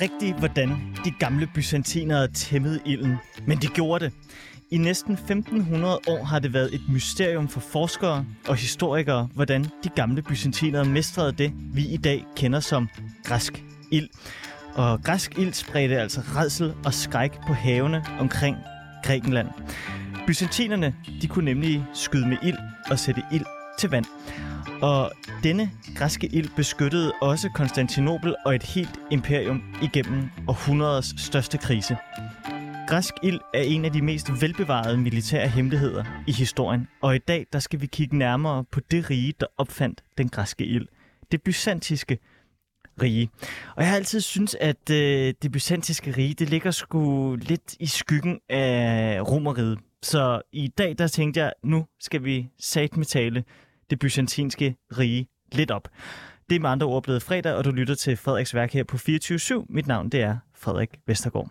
rigtigt, hvordan de gamle byzantinere tæmmede ilden, men de gjorde det. I næsten 1500 år har det været et mysterium for forskere og historikere, hvordan de gamle byzantinere mestrede det, vi i dag kender som græsk ild. Og græsk ild spredte altså rædsel og skræk på havene omkring Grækenland. Byzantinerne, de kunne nemlig skyde med ild og sætte ild til vand. Og denne græske ild beskyttede også Konstantinopel og et helt imperium igennem århundreders største krise. Græsk ild er en af de mest velbevarede militære hemmeligheder i historien, og i dag der skal vi kigge nærmere på det rige, der opfandt den græske ild. Det byzantinske rige. Og jeg har altid syntes, at det byzantinske rige, det ligger sgu lidt i skyggen af Romerriget. Så i dag der tænkte jeg, nu skal vi satme tale det byzantinske rige lidt op. Det er med andre ord blevet fredag, og du lytter til Frederiks Værk her på 24/7. Mit navn det er Frederik Vestergaard.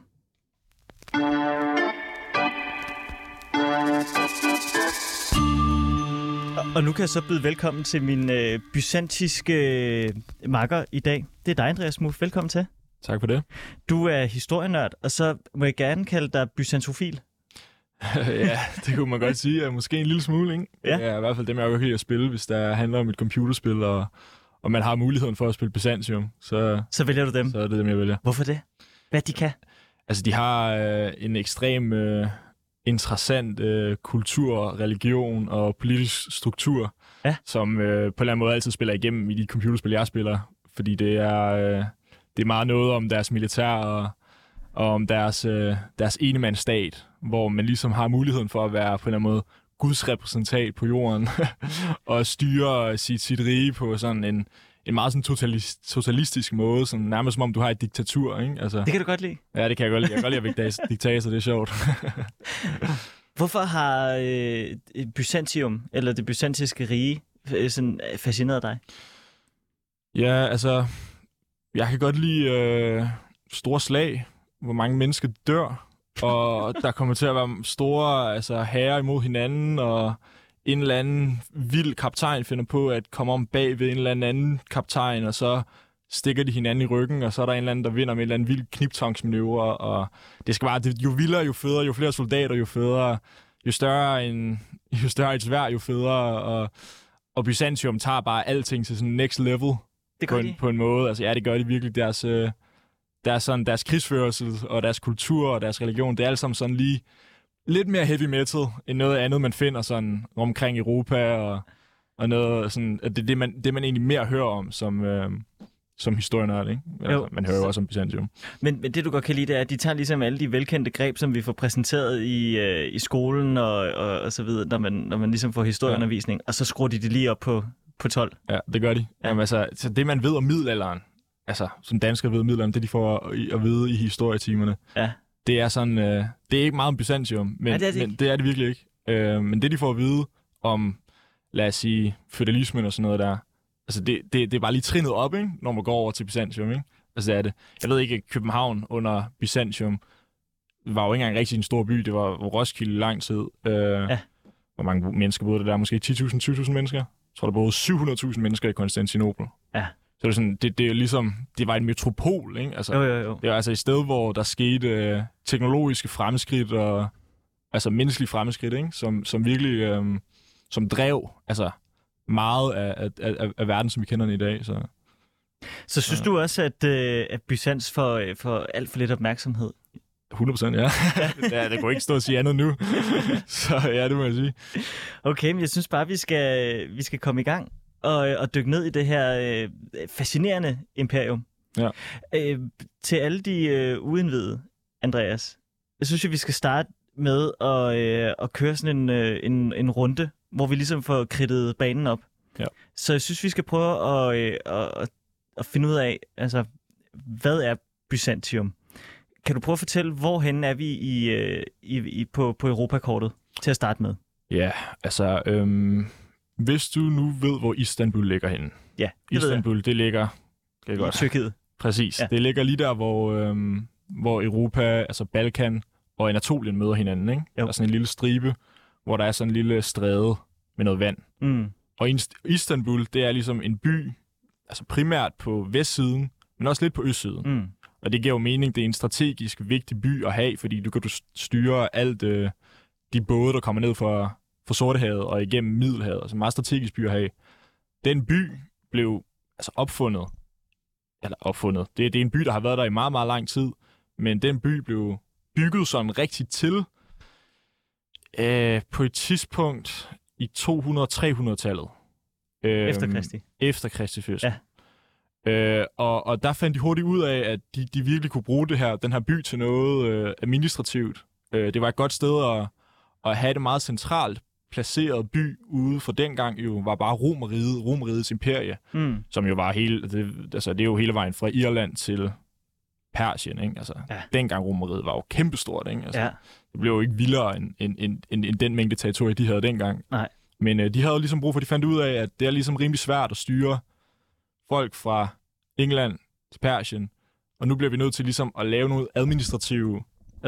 Og nu kan jeg så byde velkommen til min byzantinske makker i dag. Det er dig, Andreas Muff. Velkommen til. Tak for det. Du er historienørd, og så må jeg gerne kalde dig byzantofil. Ja, det kunne man godt sige. Måske en lille smule, ikke? Ja. Det er i hvert fald dem, jeg godt kan lide at spille, hvis der handler om et computerspil, og man har muligheden for at spille Byzantium. Så vælger du dem? Så er det dem, jeg vælger. Hvorfor det? Hvad de kan? Altså, de har en ekstrem interessant kultur, religion og politisk struktur, ja, som på en eller anden måde altid spiller igennem i de computerspil, jeg spiller. Fordi det er meget noget om deres militær og om deres enemandsstat, hvor man ligesom har muligheden for at være på en eller anden måde Guds repræsentant på jorden og styre sit rige på sådan en meget sådan totalistisk måde, sådan nærmest som om du har et diktatur, ikke? Altså, det kan du godt lide? Ja, det kan jeg godt lide. Jeg kan godt lide at være diktator, det er sjovt. Hvorfor har Byzantium, eller det byzantinske rige, sådan fascineret dig? Ja, altså, jeg kan godt lide store slag, hvor mange mennesker dør, og der kommer til at være store hære imod hinanden, og en eller anden vild kaptajn finder på at komme om bag ved en eller anden kaptajn, og så stikker de hinanden i ryggen, og så er der en eller anden, der vinder med en eller anden vild knibtangsmanøvre, og det skal bare, jo vildere, jo federe, jo flere soldater, jo federe, jo større et sværd, jo federe, og Byzantium tager bare alting til sådan next level på en måde. Altså ja, det gør de virkelig. Deres krigsførelse og deres kultur og deres religion, det er alt sammen sådan lige lidt mere heavy metal end noget andet, man finder sådan omkring Europa og noget sådan, at det man egentlig mere hører om som historienørd, ikke? Altså, man hører jo også om Byzantium. Men det du godt kan lide, det er, at de tager ligesom alle de velkendte greb, som vi får præsenteret i skolen og så videre, når man ligesom får historieundervisning, og så skruer de det lige op på 12. Ja, det gør de. Ja. Jamen, altså, så det man ved om middelalderen, altså som danskere ved om middelalderen, det de får at vide i historietimerne, ja, det er sådan, det er ikke meget om Byzantium, men det er det virkelig ikke. Men det de får at vide om, lad os sige, feudalismen og sådan noget der, altså det er bare lige trinnet op, ikke? Når man går over til Byzantium, ikke? Altså det er det. Jeg ved ikke, København under Byzantium var jo ikke engang rigtig en stor by. Det var Roskilde i lang tid. Ja. Hvor mange mennesker boede der? Måske 10.000, 20.000 mennesker? Jeg tror, der boede 700.000 mennesker i Konstantinopel. Ja. Så det er sådan, det er ligesom, det var en metropol, ikke? Altså, jo. Det var altså et sted, hvor der skete teknologiske fremskridt og altså menneskelige fremskridt, ikke? Som virkelig som drev altså meget af verden, som vi kender den i dag. Så synes du også, at Byzans får alt for lidt opmærksomhed? 100%, ja. Ja, det går ikke stå og sige andet nu. Så ja, det må jeg sige. Okay, men jeg synes bare, vi skal komme i gang og dykke ned i det her fascinerende imperium. Ja. Til alle de uindvidede, Andreas, jeg synes, at vi skal starte med at køre sådan en runde, hvor vi ligesom får kridtet banen op. Ja. Så jeg synes, vi skal prøve at finde ud af, altså, hvad er Byzantium? Kan du prøve at fortælle, hvorhen er vi på Europakortet til at starte med? Ja, altså, hvis du nu ved, hvor Istanbul ligger henne. Ja, Istanbul, det ligger i Tyrkiet. Præcis. Ja. Det ligger lige der, hvor Europa, altså Balkan og Anatolien møder hinanden, ikke? Der er sådan en lille stribe, hvor der er sådan en lille stræde med noget vand. Mm. Og Istanbul, det er ligesom en by, altså primært på vestsiden, men også lidt på østsiden. Mm. Og det giver jo mening, det er en strategisk vigtig by at have, fordi du kan styre alt de både, der kommer ned fra Sortehavet og igennem Middelhavet. Altså en meget strategisk by at have. Den by blev altså opfundet. Det er en by, der har været der i meget, meget lang tid. Men den by blev bygget sådan rigtigt til på et tidspunkt i 200-300-tallet. Efter Kristi. Efter Kristi fødsel. Ja. Og der fandt de hurtigt ud af, at de virkelig kunne bruge den her by til noget administrativt. Det var et godt sted at have det meget centralt placeret by ude for dengang jo var bare Romerrigets imperie, som jo var det er jo hele vejen fra Irland til Persien, ikke? Altså, dengang Romerriget var jo kæmpestort, ikke? Altså, det blev jo ikke vildere end den mængde territorie, de havde dengang. Nej. Men de havde ligesom brug for, de fandt ud af, at det er ligesom rimelig svært at styre folk fra England til Persien, og nu bliver vi nødt til ligesom at lave nogle administrative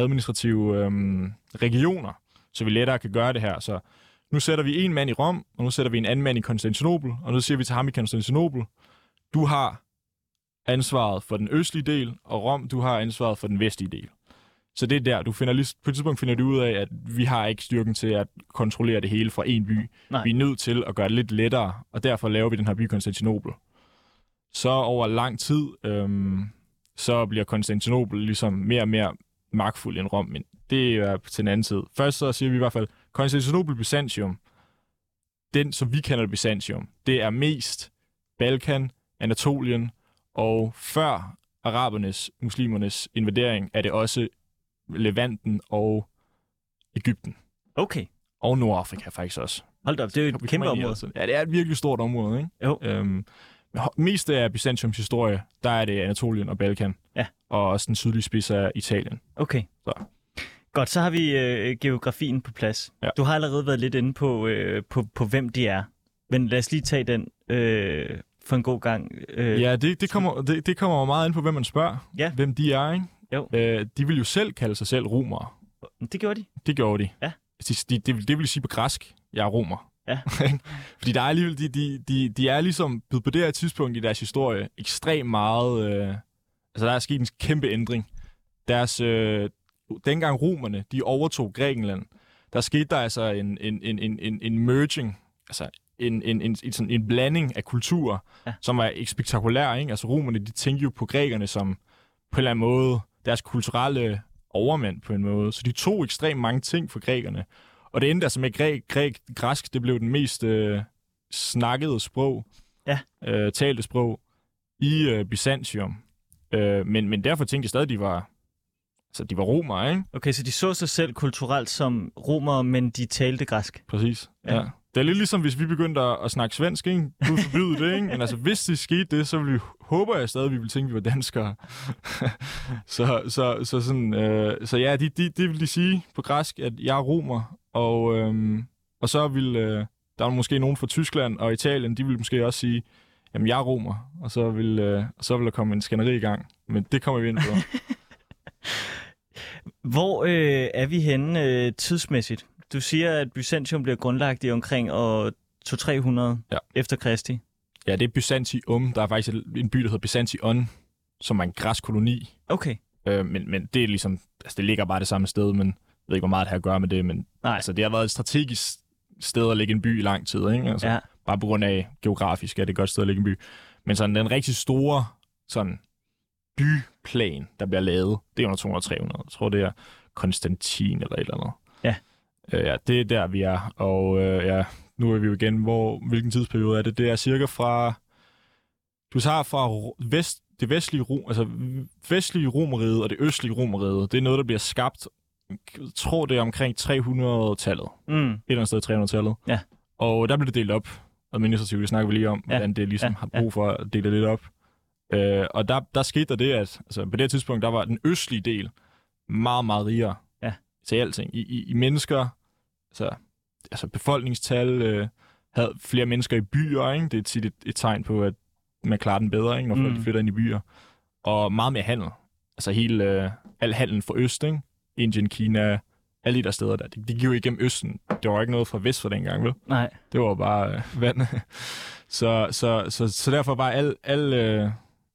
regioner, så vi lettere kan gøre det her. Så nu sætter vi en mand i Rom, og nu sætter vi en anden mand i Konstantinopel, og nu siger vi til ham i Konstantinopel, du har ansvaret for den østlige del, og Rom, du har ansvaret for den vestlige del. Så det er der, på et tidspunkt finder du ud af, at vi har ikke styrken til at kontrollere det hele fra en by. Nej. Vi er nødt til at gøre det lidt lettere, og derfor laver vi den her by Konstantinopel. Så over lang tid, så bliver Konstantinopel ligesom mere og mere magtfuld end Rom, men det er til en anden tid. Først så siger vi i hvert fald, Konstantinopel Byzantium, den som vi kender det Byzantium, det er mest Balkan, Anatolien, og før muslimernes invadering, er det også Levanten og Egypten. Okay. Og Nordafrika faktisk også. Hold da op, det er jo et kæmpe område. Ja, det er et virkelig stort område, ikke? Jo. Mest af Byzantiums historie, der er det Anatolien og Balkan. Ja. Og også den sydlige spids af Italien. Okay. Så. Godt, så har vi geografien på plads. Ja. Du har allerede været lidt inde på hvem de er. Men lad os lige tage den for en god gang. Ja, det kommer meget ind på, hvem man spørger. Ja. Hvem de er, ikke? Jo. De vil jo selv kalde sig selv romere. Det gjorde de? Det gjorde de. Ja. Det vil sige på græsk, jeg er romer. Ja. Fordi der er alligevel, de er ligesom blevet på det her tidspunkt i deres historie ekstremt meget. Altså der er sket en kæmpe ændring. Dengang romerne, de overtog Grækenland, der skete der altså en merging, altså en blanding af kulturer, som var spektakulær, ikke? Altså romerne, de tænkte jo på grækerne som på en eller anden måde deres kulturelle overmænd på en måde. Så de tog ekstremt mange ting fra grækerne. Og det endte altså med græsk, det blev den mest snakkede sprog, talte sprog i Byzantium. Men derfor tænkte jeg stadig, de var romere, ikke? Okay, så de så sig selv kulturelt som romere, men de talte græsk? Præcis, ja. Det er lidt ligesom, hvis vi begyndte at snakke svensk, ikke? Gud forbyde det, ikke? Men altså, hvis det skete det, så håber jeg stadig, at vi ville tænke, at vi var danskere. Så ja, det vil de sige på græsk, at jeg er romer, og så vil der er måske nogen fra Tyskland og Italien, de vil måske også sige, jamen jeg er romer, og så vil der komme en skænderi i gang. Men det kommer vi ind på. Hvor er vi henne tidsmæssigt? Du siger, at Byzantium bliver grundlagt i omkring år 2300 efter Kristi. Ja, det er Byzantium. Der er faktisk en by, der hedder Byzantion, som er en græsk koloni. Okay. Men det er ligesom, altså det ligger bare det samme sted, men jeg ved ikke, hvor meget det har at gøre med det, men altså, det har været et strategisk sted at ligge en by i lang tid, ikke? Altså, bare på grund af geografisk er det et godt sted at ligge en by. Men sådan den rigtig store sådan byplan, der bliver lavet, det er under 200-300. Jeg tror, det er Konstantin eller et eller andet. Ja, det er der, vi er. Og nu er vi jo igen, hvilken tidsperiode er det? Det er cirka fra, du tager fra det vestlige Romerriget og det østlige Romerriget. Det er noget, der bliver skabt, jeg tror det er omkring 300-tallet. Et eller andet sted 300-tallet. Ja. Og der bliver det delt op. Administrativt, det snakker vi lige om, hvordan det ligesom har brug for at dele det lidt op. Og der skete det, at altså, på det tidspunkt, der var den østlige del meget, meget rigere til alting. I mennesker, altså befolkningstal, havde flere mennesker i byer, ikke? Det er tit et tegn på, at man klarer den bedre, ikke? Når folk flytter ind i byer. Og meget mere handel. Altså al handelen fra øst, ikke? Indien, Kina, alle de der steder der. De gik jo igennem østen. Det var ikke noget fra vest for dengang, vel? Nej. Det var bare vand. Så derfor var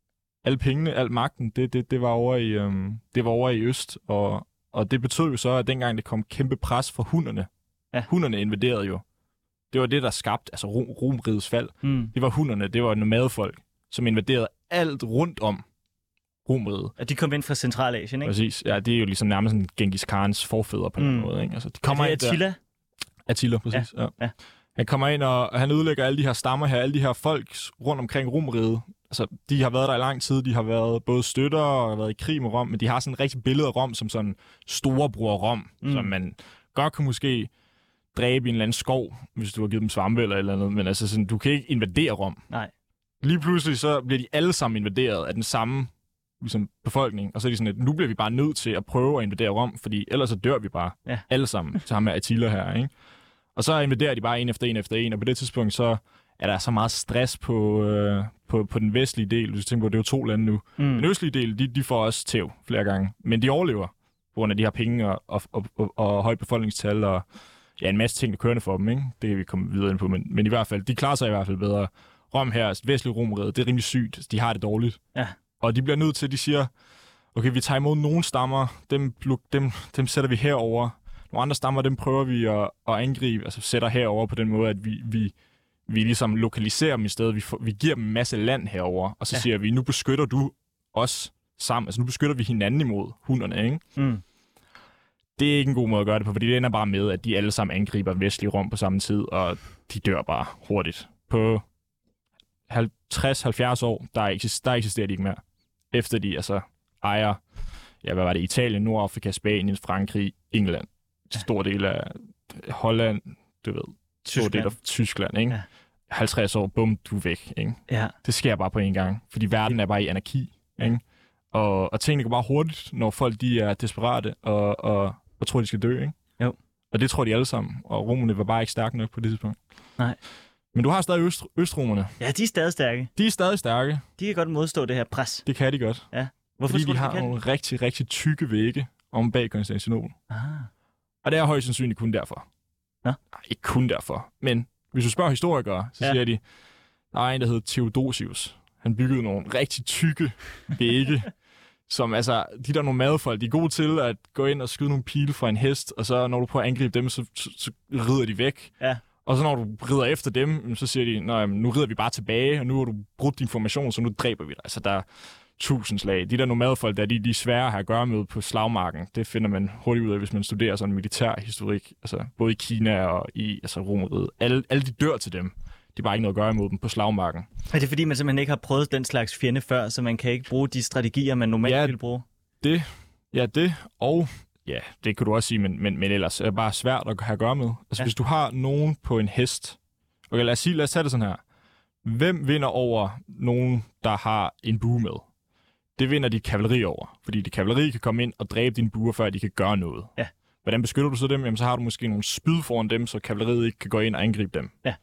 alle pengene, al magten, det var over i øst, og det betød jo så, at dengang det kom kæmpe pres for hunderne. Ja. Hunderne invaderede jo. Det var det, der skabte altså Romerrigets fald. Det var hunderne, det var nomadefolk, som invaderede alt rundt om Romerriget. Og de kom ind fra Centralasien, ikke? Præcis. Ja, det er jo ligesom nærmest en Genghis Khans forfædre på den måde, ikke? Altså, de kommer er det Attila? Attila, præcis. Ja. Han kommer ind, og han ødelægger alle de her stammer her, alle de her folk rundt omkring Romerriget. Altså, de har været der i lang tid, de har været både støtter og har været i krig med Rom, men de har sådan en rigtig billede af Rom som sådan storebror Rom, som man godt kan måske dræbe i en eller anden skov, hvis du har givet dem svampe eller andet, men altså sådan, du kan ikke invadere Rom. Nej. Lige pludselig så bliver de alle sammen invaderet af den samme ligesom, befolkning, og så er de sådan, at nu bliver vi bare nødt til at prøve at invadere Rom, fordi ellers så dør vi bare alle sammen til ham med Attila her, ikke? Og så invaderer de bare en efter en, og på det tidspunkt så er der så meget stress på den vestlige del. Hvis du tænker på, det er jo 2 lande nu. Den østlige del, de får også tæv flere gange, men de overlever på grund af de her penge og højt befolkningstal og en masse ting, der kørende for dem, ikke? Det kan vi komme videre ind på, men i hvert fald, de klarer sig i hvert fald bedre. Rom her, vestlige Romerriget, det er rimelig sygt. De har det dårligt. Ja. Og de bliver nødt til, de siger, okay, vi tager imod nogle stammer, dem sætter vi herover. Nogle andre stammer, dem prøver vi at angribe, altså sætter herover på den måde, at vi ligesom lokaliserer dem i stedet. Vi giver dem en masse land herover, og så siger vi, nu beskytter du os sammen. Altså nu beskytter vi hinanden imod hunderne, ikke? Det er ikke en god måde at gøre det på, fordi det ender bare med, at de alle sammen angriber vestlige Rom på samme tid, og de dør bare hurtigt. På 50-70 år, der eksisterer de ikke mere. Efter de altså ejer, hvad var det, Italien, Nordafrika, Spanien, Frankrig, England, stor del af Holland, du ved, stor del af Tyskland, ikke? Ja. 50 år, bum, du er væk, ikke? Ja. Det sker bare på en gang, fordi verden er bare i anarki, ikke? Og tingene går bare hurtigt, når folk de er desperate og tror, de skal dø, ikke? Jo. Og det tror de alle sammen, og romerne var bare ikke stærke nok på det tidspunkt. Nej. Men du har stadig østromerne. Ja, de er stadig stærke. De er stadig stærke. De kan godt modstå det her pres. Det kan de godt. Ja. Hvorfor fordi de har nogle rigtig, rigtig tykke vægge om bag Konstantinopel. Og det er højst sandsynligt kun derfor. Nej, ikke kun derfor. Men hvis du spørger historikere, så siger de, der er en, der hedder Theodosius. Han byggede nogle rigtig tykke vægge, som altså, de der nomadefolk, de er gode til at gå ind og skyde nogle pile fra en hest, og så når du prøver at angribe dem, så rider de væk. Ja. Og så når du rider efter dem, så siger de, nu rider vi bare tilbage, og nu har du brudt din formation, så nu dræber vi dig. Altså, der er 1000 slag. De der nomadefolk, de er svære at have at gøre med på slagmarken. Det finder man hurtigt ud af, hvis man studerer sådan militærhistorik. Altså, både i Kina og i Romerriget. Alle de dør til dem. De har bare ikke noget at gøre imod dem på slagmarken. Er det fordi, man simpelthen ikke har prøvet den slags fjende før, så man kan ikke bruge de strategier, man normalt vil bruge? Det, og det kan du også sige, men ellers er det bare svært at have at gøre med. Altså, hvis du har nogen på en hest, okay, lad os tage det sådan her. Hvem vinder over nogen, der har en bue med? Det vinder de kavaleri over, fordi de kavaleri kan komme ind og dræbe dine buer, før de kan gøre noget. Ja. Hvordan beskytter du så dem? Jamen, så har du måske nogle spyd foran dem, så kavaleriet ikke kan gå ind og angribe dem. Ja.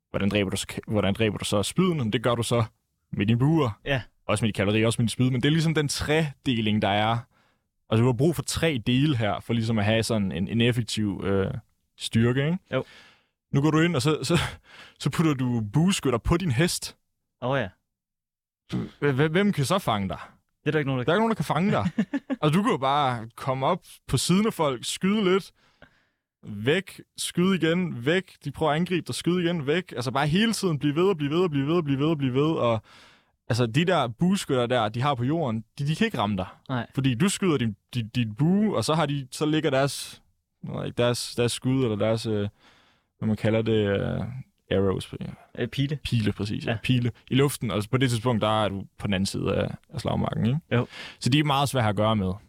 Hvordan dræber du så spydene? Det gør du så med dine buer. Ja. Også med de kavaleri, også med de spyd. Men det er ligesom den tredeling, der er. Altså, du har brug for 3 dele her, for ligesom at have sådan en effektiv styrke, ikke? Jo. Nu går du ind, og så putter du bueskytter på din hest. Ja. Hvem kan så fange dig? Det er der ikke nogen, der er ikke nogen, der kan fange dig. Altså, du kan jo bare komme op på siden af folk, skyde lidt, væk, skyde igen, væk. De prøver at angribe dig, skyde igen, væk. Altså, bare hele tiden blive ved. Og altså, de der bueskytter der, de har på jorden, de kan ikke ramme dig. Nej. Fordi du skyder din bue, og så ligger deres skud, eller deres, hvad man kalder det, arrows. Pile. Pile, præcis. Ja. Pile i luften, og på det tidspunkt, der er du på den anden side af slagmarken, ikke? Jo. Så de er meget svære at gøre med.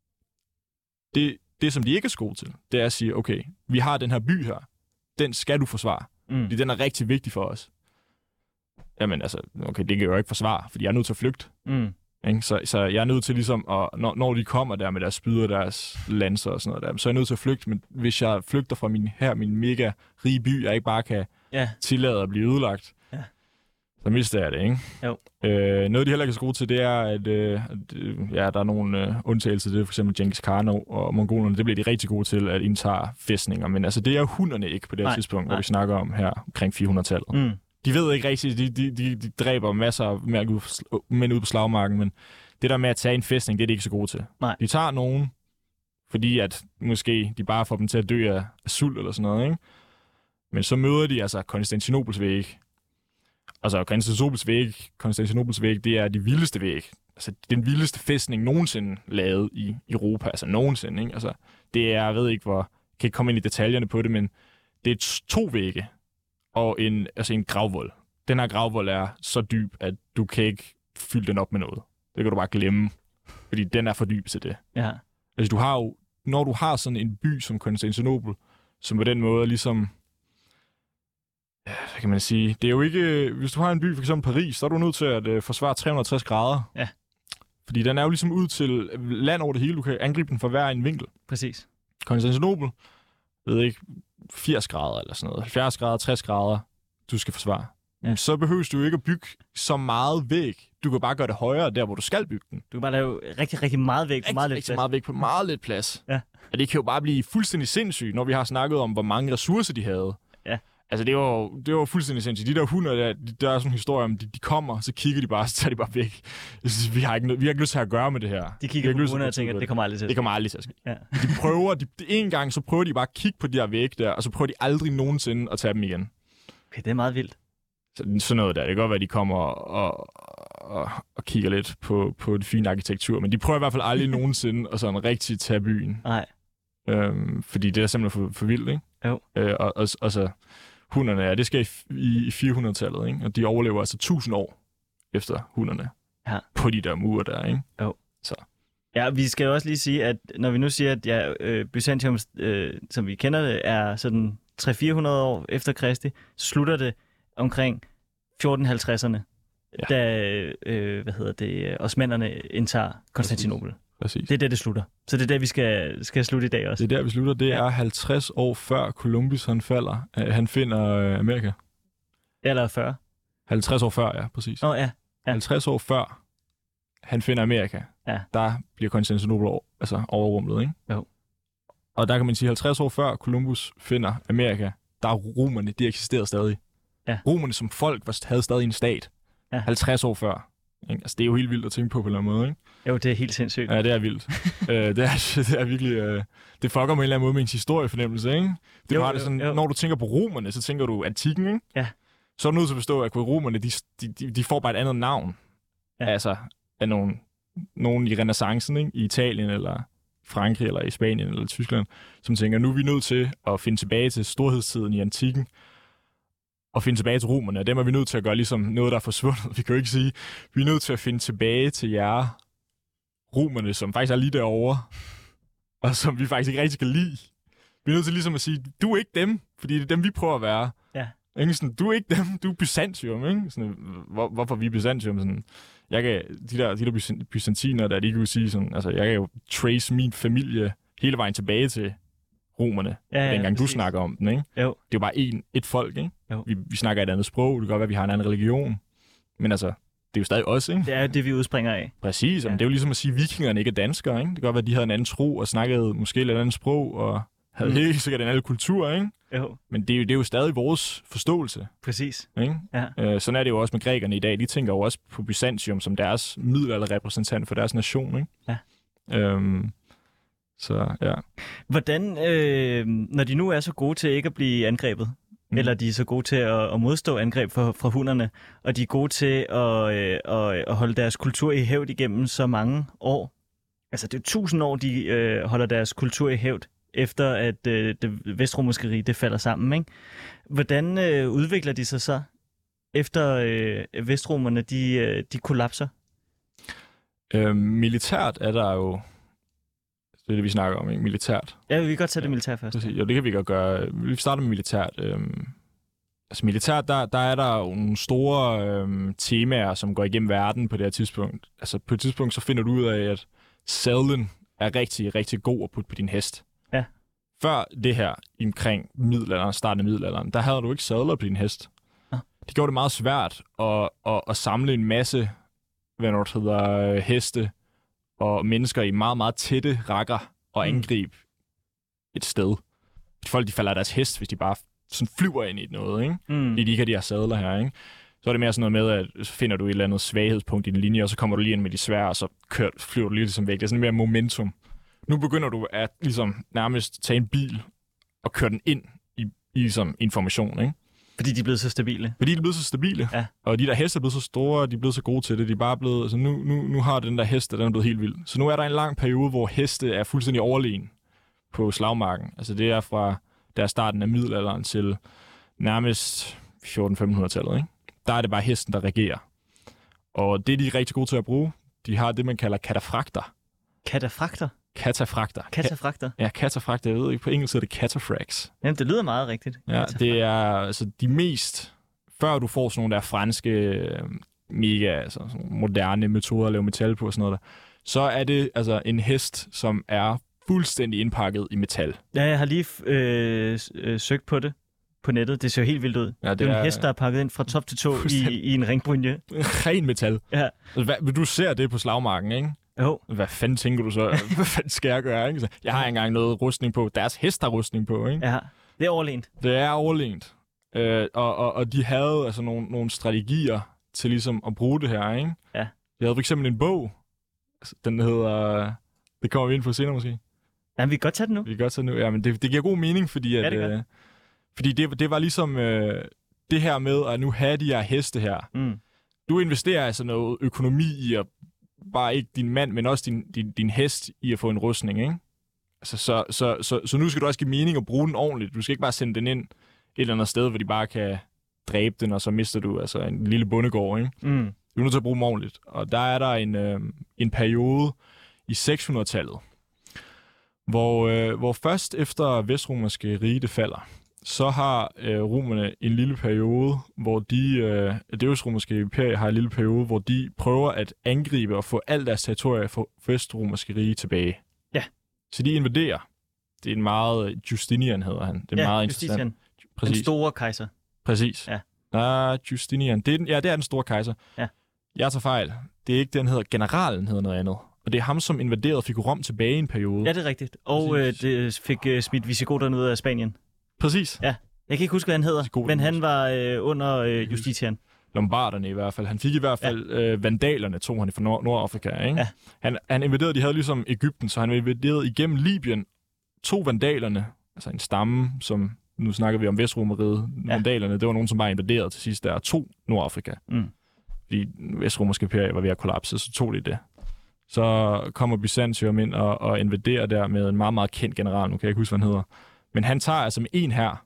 Det, som de ikke er gode til, det er at sige, okay, vi har den her by her, den skal du forsvare, fordi den er rigtig vigtig for os. Jamen altså, okay, det kan jeg jo ikke forsvare, fordi jeg er nødt til at flygte. Så jeg er nødt til ligesom, når de kommer der med deres spyd og deres lanser og sådan noget der, så er jeg nødt til at flygte, men hvis jeg flygter fra min mega rige by, jeg ikke bare kan tillade at blive ødelagt, så mister jeg det, ikke? Jo. Noget, de heller ikke er så gode til, det er, at der er nogle undtagelser. Det er for eksempel Genghis Khan og mongolerne. Det bliver de rigtig gode til at indtage fæstninger. Men altså, det er hunderne ikke på det her tidspunkt, hvor vi snakker om her omkring 400-tallet. De ved ikke rigtigt, de dræber masser af mænd ud på slagmarken, men det der med at tage en fæstning, det er de ikke så gode til. Nej. De tager nogen, fordi at måske de bare får dem til at dø af sult eller sådan noget, ikke? Men så møder de altså Konstantinopels væg. Altså Konstantinopels væg, det er de vildeste væg. Altså den vildeste fæstning nogensinde lavet i Europa, altså nogensinde, ikke? Altså det er, jeg ved ikke hvor, kan ikke komme ind i detaljerne på det, men det er 2 vægge og en gravvold. Den her gravvold er så dyb, at du kan ikke fylde den op med noget. Det kan du bare glemme, fordi den er for dyb til det. Ja. Altså du har jo, når du har sådan en by som Konstantinopel, som på den måde ligesom, ja, hvad kan man sige, det er jo ikke, hvis du har en by, for eksempel Paris, så er du nødt til at forsvare 360 grader. Ja. Fordi den er jo ligesom ud til land over det hele, du kan angribe den fra hver en vinkel. Præcis. Konstantinopel, ved ikke, 80 grader eller sådan noget, 70 grader, 60 grader, du skal forsvare. Ja. Så behøver du ikke at bygge så meget væg. Du kan bare gøre det højere der, hvor du skal bygge den. Du kan bare lave rigtig, rigtig meget væg på meget lidt plads. Rigtig meget væg på meget lidt plads. Ja. Og det kan jo bare blive fuldstændig sindssygt, når vi har snakket om, hvor mange ressourcer de havde. Ja. Altså, det var fuldstændig sindssygt. De der hunder, der er sådan en historie om, de kommer, så kigger de bare, så tager de bare væk. Jeg synes, vi har ikke lyst til at gøre med det her. De kigger på hunder og tænker, at det kommer aldrig til at ske. Det kommer aldrig til at ske. Ja. En gang, så prøver de bare at kigge på de der væg der, og så prøver de aldrig nogensinde at tage dem igen. Okay, det er meget vildt. Sådan noget der. Det kan godt være, at de kommer og kigger lidt på det fine arkitektur, men de prøver i hvert fald aldrig nogensinde at sådan rigtig tage byen. Nej. Fordi det er simpelthen for vildt, ikke? Jo. Og så hunderne, ja, det skal i 400-tallet, ikke? Og de overlever altså 1000 år efter hunderne. Ja. På de der mure der, ikke? Jo. Så. Ja, vi skal jo også lige sige, at når vi nu siger, at Byzantium, som vi kender det, er sådan 300-400 år efter Kristi, så slutter det omkring 1450'erne, da osmannerne indtager Konstantinopel. Præcis. Det er der, det slutter. Så det er der, vi skal slutte i dag også. Det er der, vi slutter. Det er 50 år før Columbus han finder Amerika. Eller 40. 50 år før, ja, præcis. Ja. 50 år før han finder Amerika, der bliver Konstantinopel overrumlet, ikke? Jo. Og der kan man sige, 50 år før Columbus finder Amerika, der er romerne, de eksisterede stadig. Ja. Romerne som folk havde stadig en stat. Ja. 50 år før. Ikke? Altså, det er jo helt vildt at tænke på en eller anden måde, ikke? Jo, det er helt sindssygt. Ja, det er vildt. det er virkelig... det fucker med en eller anden måde med ens historiefornemmelse, ikke? Når du tænker på romerne, så tænker du antikken, ikke? Ja. Så er du nødt til at forstå, at romerne, de får bare et andet navn. Ja. Altså, af nogen i renaissancen, ikke? I Italien, eller Frankrig, eller i Spanien, eller Tyskland, som tænker, nu er vi nødt til at finde tilbage til storhedstiden i antikken, og finde tilbage til romerne, og dem er vi nødt til at gøre ligesom noget, der er forsvundet. Vi kan jo ikke sige, vi er nødt til at finde tilbage til jer romerne, som faktisk er lige derovre, og som vi faktisk ikke rigtig kan lide. Vi er nødt til ligesom at sige, du er ikke dem, fordi det er dem, vi prøver at være. Ja. Ikke? Sådan, du er ikke dem, du er Byzantium, ikke? Sådan, hvorfor vi er Byzantium? Sådan, de der byzantiner, der de ikke vil sige sådan, altså jeg kan jo trace min familie hele vejen tilbage til romerne, dengang du snakker om den, ikke? Jo. Det er jo bare et folk, ikke? Vi snakker et andet sprog, det kan godt være, at vi har en anden religion, men altså, det er jo stadig os, ikke? Det er jo det, vi udspringer af. Præcis, men det er jo ligesom at sige, at vikingerne ikke er danskere, ikke? Det kan godt være, at de havde en anden tro og snakkede måske et andet sprog, og havde helt sikkert en anden kultur, ikke? Jo. Men det er jo stadig vores forståelse. Præcis. Ikke? Ja. Sådan er det jo også med grækerne i dag. De tænker jo også på Byzantium som deres middelalderrepræsentant for deres nation, ikke? Ja. Så ja. Hvordan, når de nu er så gode til ikke at blive angrebet, eller de er så gode til at modstå angreb fra hunderne, og de er gode til at holde deres kultur i hævd igennem så mange år. Altså det er 1000 år, de holder deres kultur i hævd, efter at det vestromerske rige det falder sammen, ikke? Hvordan udvikler de sig så, efter vestromerne de kollapser? Militært er der jo... Det er det, vi snakker om, ikke? Militært. Ja, vi kan godt tage det militært først. Jo, det kan vi godt gøre. Vi starter med militært. Altså militært, der er der jo nogle store temaer, som går igennem verden på det her tidspunkt. Altså på et tidspunkt, så finder du ud af, at sadlen er rigtig, rigtig god at putte på din hest. Ja. Før det her, omkring middelalderen, starten af middelalderen, der havde du ikke sadler på din hest. Ja. Det gjorde det meget svært at samle en masse, heste og mennesker i meget, meget tætte rækker og angribe et sted. Folk, de falder af deres hest, hvis de bare sådan flyver ind i noget, ikke? Fordi de ikke har de her sadler her, ikke? Så er det mere sådan noget med, at så finder du et eller andet svaghedspunkt i din linje, og så kommer du lige ind med de svære, og så flyver du lige ligesom væk. Det er sådan mere momentum. Nu begynder du at ligesom nærmest tage en bil og køre den ind i ligesom information, ikke? Fordi de er blevet så stabile. Fordi de er blevet så stabile. Ja. Og de der heste er blevet så store, og de er blevet så gode til det. De er bare blevet, altså nu har den der heste, den er blevet helt vild. Så nu er der en lang periode, hvor heste er fuldstændig overlegen på slagmarken. Altså det er fra der starten af middelalderen til nærmest 1400-1500-tallet, ikke? Der er det bare hesten, der regerer. Og det er de rigtig gode til at bruge. De har det, man kalder katafrakter. Katafrakter? Katafrakter. Ja, katafrakter. Jeg ved ikke, på engelsk er det cataphracts. Jamen, det lyder meget rigtigt. Ja, det er altså de mest... Før du får sådan nogle der franske, mega altså, moderne metoder at lave metal på og sådan noget der, så er det altså en hest, som er fuldstændig indpakket i metal. Ja, jeg har lige søgt på det på nettet. Det ser helt vildt ud. Ja, det er en hest, der er pakket ind fra top til tå i en ringbrynje. Ren metal. Ja. Altså, du ser det på slagmarken, ikke? Jo. Hvad fanden tænker du så? Hvad fanden skal jeg gøre, ikke? Så jeg har engang noget rustning på. Deres hest har rustning på, ikke? Ja, det er overlegent. Det er overlegent. Og de havde altså nogle strategier til ligesom at bruge det her, ikke? Ja. De havde for eksempel en bog. Den hedder... Det kommer vi ind på senere måske. Ja, vi kan godt tage den nu. Vi kan godt tage den nu. Ja, men det giver god mening, fordi at... Ja, det fordi det var ligesom det her med at nu have de her heste her. Du investerer altså noget økonomi i at bare ikke din mand, men også din hest i at få en rustning, ikke? Altså, så nu skal du også give mening at bruge den ordentligt. Du skal ikke bare sende den ind et eller andet sted, hvor de bare kan dræbe den, og så mister du altså en lille bondegård, ikke? Du er nødt til at bruge dem ordentligt. Og der er der en periode i 600-tallet, hvor først efter Vestromerske rige det falder, så har romerne en lille periode, hvor det østromerske imperium har en lille periode, hvor de prøver at angribe og få alt deres territorier fra Vestromerske rige tilbage. Ja. Så de invaderer. Det er en meget... Justinian hedder han. Det er meget interessant. Præcis. Den store kejser. Præcis. Ja. Justinian. Det er den store kejser. Ja. Jeg tager fejl. Det er ikke den hedder. Generalen hedder noget andet. Og det er ham, som invaderede og fik Rom tilbage i en periode. Ja, det er rigtigt. Og det fik smidt visigoterne ud af Spanien. Præcis. Ja. Jeg kan ikke huske, hvad han hedder, men han var under Justitian. Lombarderne i hvert fald. Han fik i hvert fald vandalerne, tog han fra Nordafrika, ikke? Ja. Han invaderede, de havde ligesom Egypten, så han invaderede igennem Libyen, tog vandalerne, altså en stamme, som nu snakker vi om Vestromeriet. Ja. Vandalerne, det var nogen, som bare invaderede til sidst der, tog Nordafrika. Fordi Vestromerske imperium var ved at kollapse, så tog de det. Så kommer Byzantium ind og invaderer der med en meget, meget kendt general, nu kan jeg ikke huske, hvad han hedder. Men han tager altså med en her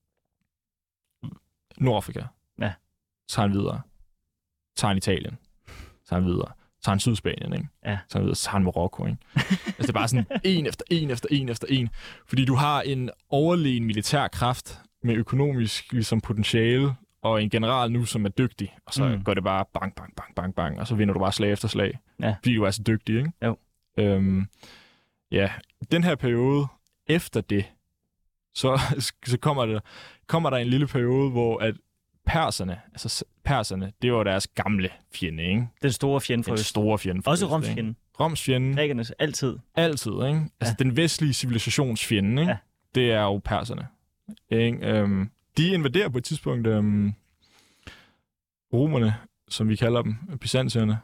Nordafrika. Ja. Tager han videre. Tager han Italien. Tager han videre. Tager han Sydspanien, ikke? Ja. Tager han videre. Tager han Marokko, ikke? Altså, det er bare sådan en efter en. Fordi du har en overlegen militær kraft med økonomisk ligesom potentiale, og en general nu, som er dygtig. Og så går det bare bang, bang, bang, bang, bang. Og så vinder du bare slag efter slag. Ja. Fordi du er så dygtig, ikke? Jo. Ja, den her periode, efter det, så kommer der en lille periode, hvor at perserne, det var deres gamle fjende, ikke? Den store fjende for Øst. Den store fjende for Også Øst, Roms fjende. Roms fjende. Grækernes, altid. Altid, ikke? Altså den vestlige civilisationsfjende, ikke? Ja. Det er jo perserne. Ikke? De invaderer på et tidspunkt romerne, som vi kalder dem, byzantierne.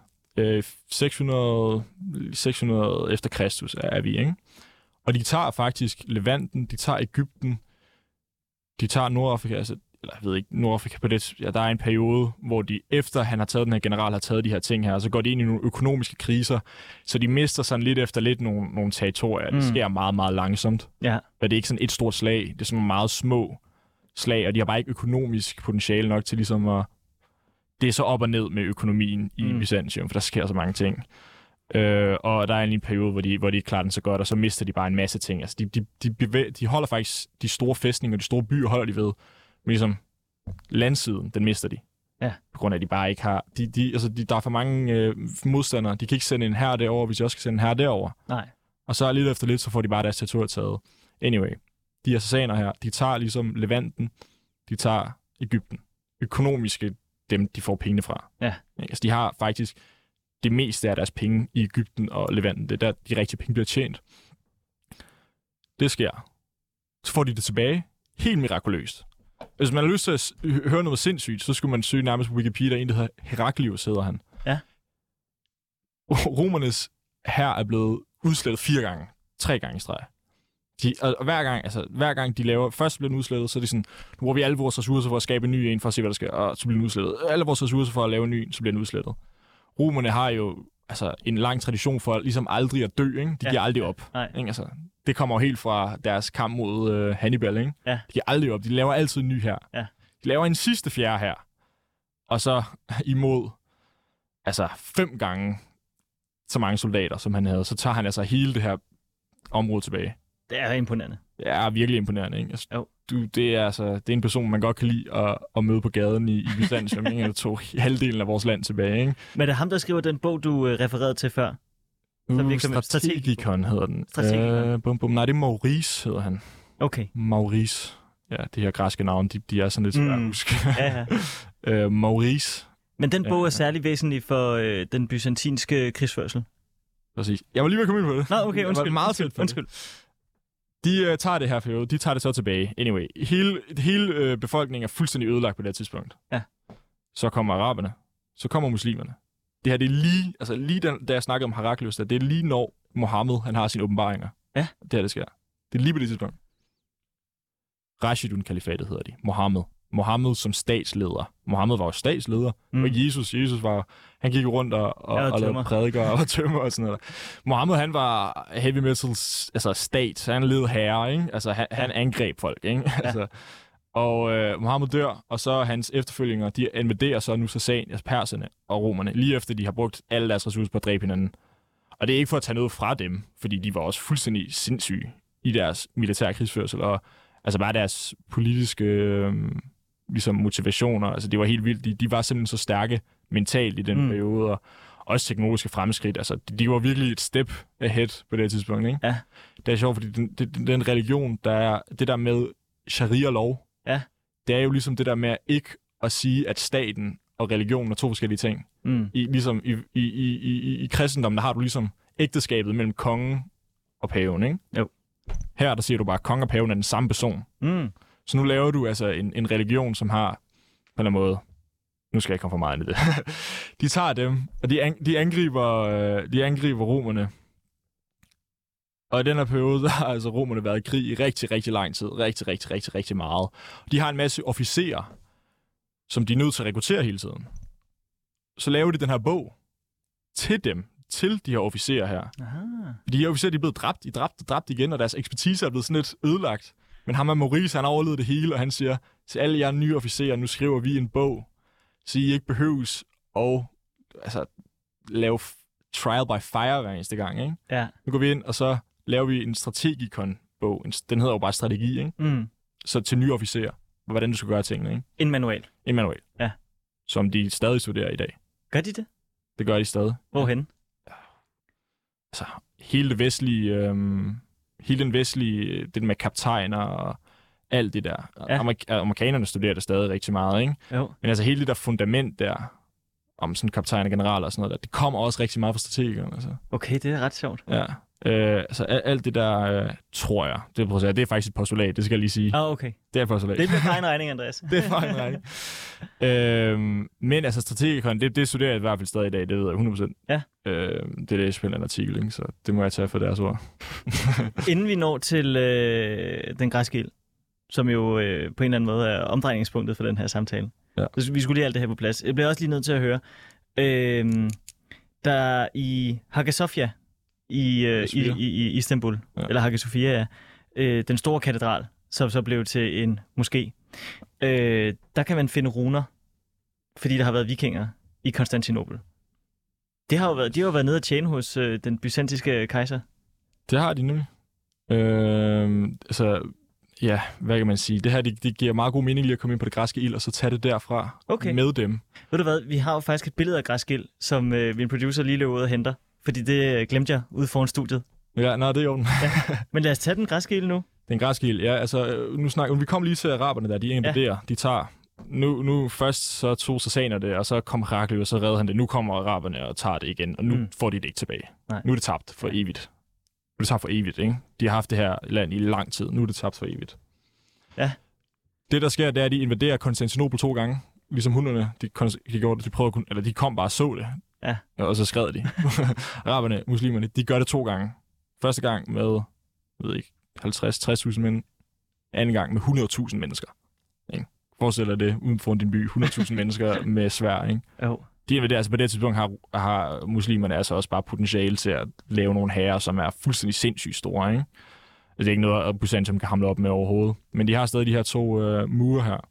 600 efter Kristus er vi, ikke? Og de tager faktisk Levanten, de tager Egypten, de tager Nordafrika, altså, eller jeg ved ikke, Nordafrika på det, ja, der er en periode, hvor de efter han har taget den her general, har taget de her ting her, så går de ind i nogle økonomiske kriser, så de mister sådan lidt efter lidt nogle territorier. Det sker meget, meget langsomt. Ja. Og det er ikke sådan et stort slag, det er sådan meget små slag, og de har bare ikke økonomisk potentiale nok til ligesom at... Det er så op og ned med økonomien i Byzantium, for der sker så mange ting. Og der er en periode, hvor de ikke klarer den så godt, og så mister de bare en masse ting. Altså, de holder faktisk de store fæstninger, de store byer holder de ved. Men ligesom landsiden, den mister de. Ja. På grund af, at de bare ikke har... der er for mange modstandere. De kan ikke sende en hær derover, hvis de også skal sende en hær derover. Nej. Og så lidt efter lidt, så får de bare deres territorier taget. Anyway, de her sasaner her, de tager ligesom Levanten, de tager Egypten. Økonomiske, dem de får pengene fra. Ja. Altså, de har faktisk det meste af deres penge i Egypten og Levanten. Det er der, de rigtige penge bliver tjent. Det sker. Så får de det tilbage. Helt mirakuløst. Hvis man har lyst til at høre noget sindssygt, så skulle man søge nærmest på Wikipedia. En, der hedder Heraklius, hedder han. Ja. Romernes hær er blevet udslettet 4 gange. 3 gange i streg. Og hver gang de laver... Først bliver den udslettet, så er det sådan... Nu bruger vi alle vores ressourcer for at skabe en ny en, for at se, hvad der sker. Og så bliver den udslettet. Alle vores ressourcer for at lave en ny, så bliver den udslettet. Romerne har jo en lang tradition for ligesom aldrig at dø, ikke? De giver aldrig op. Ikke? Altså, det kommer jo helt fra deres kamp mod Hannibal, ikke? Ja. De giver aldrig op. De laver altid en ny her. Ja. De laver en sidste fjerde her. Og så imod 5 gange så mange soldater, som han havde, så tager han hele det her område tilbage. Det er imponerende. Det er virkelig imponerende, ikke? Altså, jo. Det er en person, man godt kan lide at møde på gaden i Byzantium, ikke? Der tog halvdelen af vores land tilbage, ikke? Men er det ham, der skriver den bog, du refererede til før? Strategikon hedder den. Nej, det er Maurice, hedder han. Okay. Maurice. Ja, de her græske navne, de er sådan lidt svært at huske. Ja. Maurice. Men den bog er særlig væsentlig for den byzantinske krigsførsel. Præcis. Jeg var lige ved at komme ind på det. Nå, okay, undskyld. De tager det her periode, de tager det så tilbage. Anyway, hele befolkningen er fuldstændig ødelagt på det her tidspunkt. Ja. Så kommer araberne, så kommer muslimerne. Det her, det er lige da jeg snakkede om Heraklius, det er lige når Mohammed, han har sine åbenbaringer. Ja. Det her, det sker. Det er lige på det tidspunkt. Rashidun-kalifatet hedder de. Mohammed som statsleder. Mohammed var jo statsleder, og Jesus var, han gik rundt og lavede prædiker og tømmer og sådan noget. Mohammed, han var heavy metal, stat, han led herre, ikke? Altså, han angreb folk, ikke? Ja. Altså, og Mohammed dør, og så hans efterfølgere, de invaderer så nu Sasanias, perserne og romerne, lige efter de har brugt alle deres ressourcer på at dræbe hinanden. Og det er ikke for at tage noget fra dem, fordi de var også fuldstændig sindssyge i deres militære krigsførsel, og bare deres politiske motivationer, altså det var helt vildt. De var simpelthen så stærke mentalt i den periode, og også teknologiske fremskridt. Altså, de var virkelig et step ahead på det tidspunkt, ikke? Ja. Det er sjovt, fordi den religion, der er det der med sharia-lov, det er jo ligesom det der med ikke at sige, at staten og religionen er 2 forskellige ting. I kristendommen, der har du ligesom ægteskabet mellem kongen og paven, ikke? Jo. Her, der siger du bare, at kongen og paven er den samme person. Så nu laver du en religion, som har, på en eller anden måde, nu skal jeg ikke komme for meget ind i det. De tager dem, og de angriber romerne. Og i den her periode, der har romerne været i krig i rigtig, rigtig lang tid. Rigtig meget. De har en masse officerer, som de er nødt til at rekruttere hele tiden. Så laver de den her bog til dem, til de her officerer her. Aha. De her officerer, de er blevet dræbt igen, og deres ekspertise er blevet sådan lidt ødelagt. Men ham er Maurice, han har overlevet det hele, og han siger til alle jer nye officerer, nu skriver vi en bog, så I ikke behøves at lave trial by fire hver eneste gang, ikke? Ja. Nu går vi ind, og så laver vi en strategikon-bog. Den hedder jo bare strategi, ikke? Så til nye officerer, hvordan du skal gøre tingene, ikke? En manual. Ja. Som de stadig studerer i dag. Gør de det? Det gør de stadig. Hvorhen? Altså, hele den vestlige, det med kaptajner og alt det der. Ja. Amerikanerne studerer det stadig rigtig meget, ikke? Jo. Men altså hele det der fundament der, om sådan kaptajner, generaler og sådan noget der, det kommer også rigtig meget fra strategikerne. Altså. Okay, det er ret sjovt. Ja. Alt det der, tror jeg, det er faktisk et postulat, det skal jeg lige sige. Okay. Det er et postulat. Det bliver for egen regning, Andreas. Det er for egen regning. Men altså strategikerne, det studerer jeg i hvert fald stadig i dag, det ved jeg 100%. Ja. Det er det, en artikel, ikke? Så det må jeg tage for deres ord. Inden vi når til den græske ild, som jo på en eller anden måde er omdrejningspunktet for den her samtale. Ja. Så vi skulle lige have alt det her på plads. Jeg bliver også lige nødt til at høre, der i Hagia Sophia i Istanbul, eller Hagia Sophia, den store katedral, som så blev til en moské, der kan man finde runer, fordi der har været vikinger i Konstantinopel. De har jo været nede at tjene hos den byzantinske kejser. Det har de nemlig. Ja, hvad kan man sige? Det her, det giver meget god mening lige at komme ind på det græske ild, og så tage det derfra med dem. Ved du hvad, vi har jo faktisk et billede af græske ild, som min producer lige løb ud og henter, fordi det glemte jeg ude foran studiet. Ja, det er jo den. Ja. Men lad os tage den græske ild nu. Den græske ild, ja. Altså, vi kom lige til araberne der, de invaderer, de tager. Nu først så tog Sassanier det, og så kom Heraklius, og så redder han det. Nu kommer araberne og tager det igen, og nu får de det ikke tilbage. Nej. Nu er det tabt for evigt. Nu er det tabt for evigt, ikke? De har haft det her land i lang tid. Nu er det tabt for evigt. Ja. Det, der sker, det er, at de invaderer Konstantinopel 2 gange. Ligesom hunderne, de kom bare og så det. Ja. Og så skred de. Araberne, muslimerne, de gør det 2 gange. Første gang med, 50-60.000 mænd. Anden gang med 100.000 mennesker. Ikke? Forestil dig det uden for din by. 100.000 mennesker med sværd, ikke? Jo. De invaderer, altså på det tidspunkt har muslimerne altså også bare potentiale til at lave nogle hære, som er fuldstændig sindssygt store, ikke? Det er ikke noget, at Byzantium kan hamle op med overhovedet. Men de har stadig de her 2 mure her.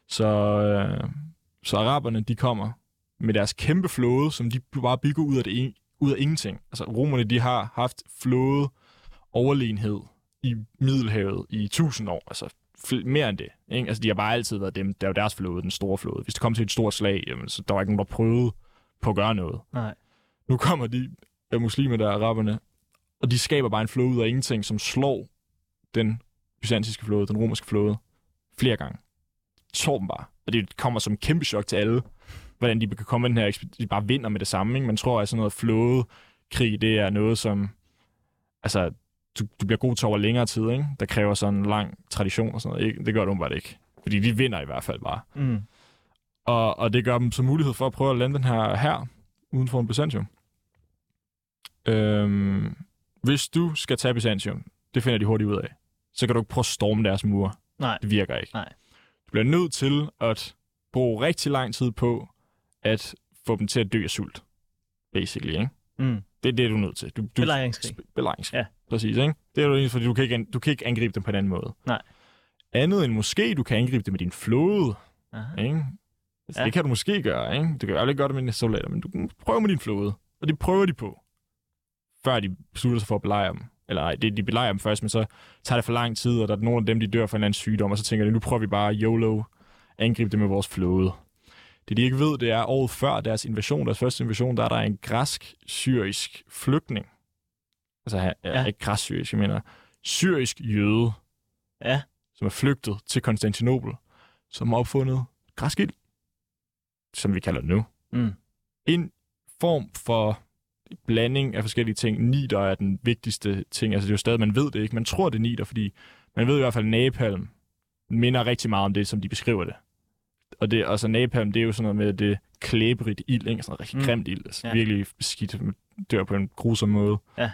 Så araberne, de kommer med deres kæmpe flåde, som de bare bygger ud af ingenting. Altså romerne, de har haft flåde overlegenhed i Middelhavet i 1000 år. Altså mere end det. Ikke? Altså de har bare altid været dem. Det er jo deres flåde, den store flåde. Hvis det kom til et stort slag, jamen, så der var ikke nogen, der prøvede på at gøre noget. Nej. Nu kommer de muslimer, der er araberne, og de skaber bare en flåde ud af ingenting, som slår den byzantinske flåde, den romerske flåde, flere gange. Tår dem bare. Og det kommer som kæmpe chok til alle, hvordan de kan komme med den her, de bare vinder med det samme. Ikke? Man tror, at sådan noget flådekrig, det er noget, som altså, du bliver god til over længere tid, ikke? Der kræver sådan en lang tradition og sådan noget. Ikke? Det gør du bare ikke. Fordi de vinder i hvert fald bare. Mm. Og det gør dem så mulighed for at prøve at lande den her uden for en Byzantium. Hvis du skal tage Byzantium, det finder de hurtigt ud af, så kan du ikke prøve at storme deres mure. Nej. Det virker ikke. Nej. Du bliver nødt til at bruge rigtig lang tid på at få dem til at dø af sult. Basically, ikke? Mm. Det er det, du er nødt til. Belejringskrig. Belejringskrig. Ja. Præcis, ikke? Det er jo egentlig, fordi du kan ikke angribe dem på en anden måde. Nej. Andet end måske, du kan angribe dem med din flåde. Ikke? Altså, det kan du måske gøre, ikke? Du kan jo aldrig gøre det med dine soldater, men du kan prøve med din flåde. Og det prøver de på, før de beslutter sig for at belejre dem. Eller nej, de belejrer dem først, men så tager det for lang tid, og der er nogle af dem, de dør for en eller anden sygdom, og så tænker de, nu prøver vi bare YOLO angribe dem med vores flåde. Det de ikke ved, det er året før deres første invasion, der er der en græsk-syrisk flygtning. Altså ikke græsk-syrisk, jeg mener syrisk jøde, som er flygtet til Konstantinopel, som har opfundet græsk ild, som vi kalder det nu. Mm. En form for blanding af forskellige ting. Niter er den vigtigste ting. Altså det er jo stadig, man ved det ikke. Man tror, det er niter, fordi man ved i hvert fald, napalm minder rigtig meget om det, som de beskriver det. Og det, altså napalm, det er jo sådan noget med det klæberigt ild, ikke? Sådan noget rigtig grimt ild. Altså virkelig skidt, dør på en grusom måde. Ja.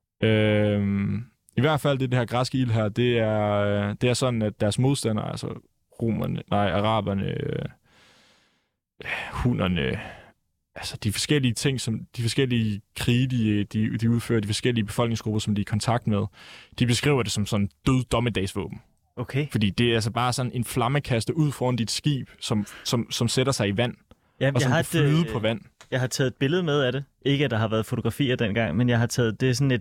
I hvert fald det her græske ild her, det er sådan, at deres modstandere, altså araberne, hunderne, altså de forskellige ting, som de forskellige krige, de udfører, de forskellige befolkningsgrupper, som de er i kontakt med, de beskriver det som sådan død dommedagsvåben. Okay. Fordi det er altså bare sådan en flammekaster ud foran dit skib, som sætter sig i vand, og som kan flyde på vand. Jeg har taget et billede med af det. Ikke, at der har været fotografier dengang, men jeg har taget, det er sådan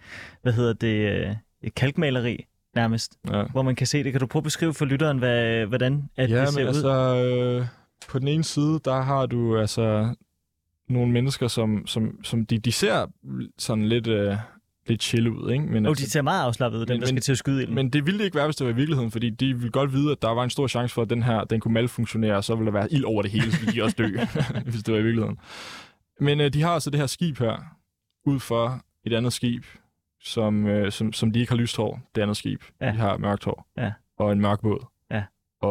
et, et kalkmaleri nærmest, hvor man kan se det. Kan du prøve at beskrive for lytteren, hvordan det ser ud? Altså, på den ene side, der har du altså nogle mennesker, som de ser sådan lidt chill ud, ikke? Men de ser meget afslappet ud, dem der skal til at skyde ilden. Men det ville det ikke være, hvis det var i virkeligheden, fordi de ville godt vide, at der var en stor chance for, at den kunne malfunktionere, og så ville der være ild over det hele, så ville de også dø, hvis det var i virkeligheden. Men de har altså det her skib her, ud for et andet skib, som de ikke har lyst hår, det andet skib. Ja. De har mørkt hår. Ja. Og en mørk båd. Ja.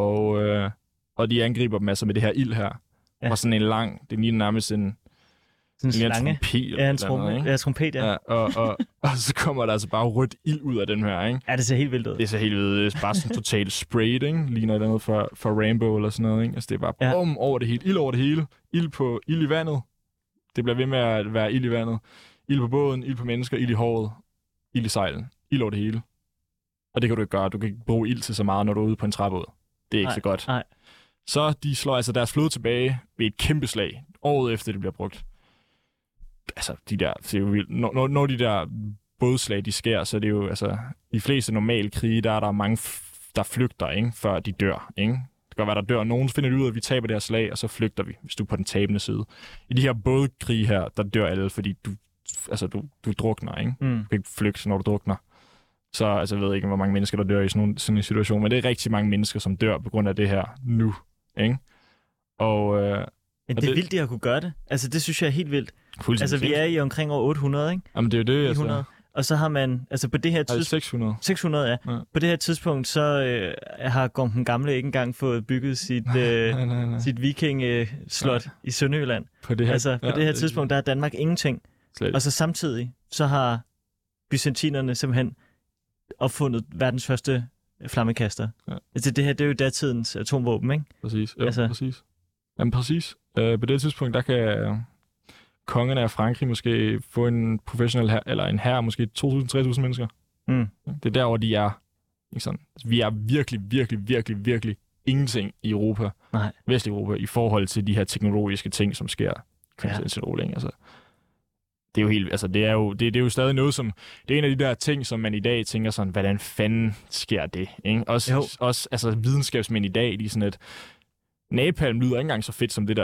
Og de angriber dem altså med det her ild her. Ja. Og sådan en lang, det ligner nærmest en slange. Trompet, ja. Og så kommer der altså bare rødt ild ud af den her, ikke? Ja, det ser helt vildt ud. Det ser helt vildt ud. Det er bare sådan totalt sprayed, ikke? Ligner et andet for Rainbow eller sådan noget, ikke? Altså det er bare over det hele. Ild over det hele. Ild i vandet. Det bliver ved med at være ild i vandet. Ild på båden, ild på mennesker, ild i håret, ild i sejlen. Ild over det hele. Og det kan du ikke gøre. Du kan ikke bruge ild til så meget, når du er ude på en træbåd. Det er ikke så godt. Nej. Så de slår altså deres flåde tilbage ved et kæmpe slag. Året efter det bliver brugt. Altså, når de der bådslag, de sker, så er det jo, altså, i fleste normale krige, der er der mange, der flygter, ikke? Før de dør, ikke? Det kan godt være, der dør nogen, så finder de ud af, at vi taber det her slag, og så flygter vi, hvis du er på den tabende side. I de her bådkrige her, der dør alle, fordi du drukner, ikke? Du kan ikke flygte, når du drukner. Så altså, jeg ved ikke, hvor mange mennesker, der dør i sådan en situation, men det er rigtig mange mennesker, som dør på grund af det her nu, ikke? Men det er vildt, de har kunne gøre det. Altså, det synes jeg er helt vildt. Altså, vi er i omkring år 800, ikke? Jamen, det er jo det, altså. Og så har man, altså på det her tidspunkt... 600. 600, ja. På det her tidspunkt, så har Gorm den Gamle ikke engang fået bygget sit viking-slot i Sønderjylland. På det her, det her tidspunkt, der er Danmark ingenting. Slet. Og så samtidig, så har byzantinerne simpelthen opfundet verdens første flammekaster. Ja. Altså det her, det er jo datidens atomvåben, ikke? Præcis, præcis. Jamen præcis. På det tidspunkt, der kan kongerne af Frankrig måske få en professionel hær, eller en hær, måske 2.000-3.000 mennesker. Mm. Det er der, hvor de er. Ikke sådan. Vi er virkelig ingenting i Europa, Vesteuropa, i forhold til de her teknologiske ting, som sker. Altså. Det er jo helt, altså det er jo stadig noget, som det er en af de der ting, som man i dag tænker sådan, hvordan fanden sker det, ikke? Også altså videnskabsmænd i dag, de er sådan et napalm lyder ikke engang så fedt som det der.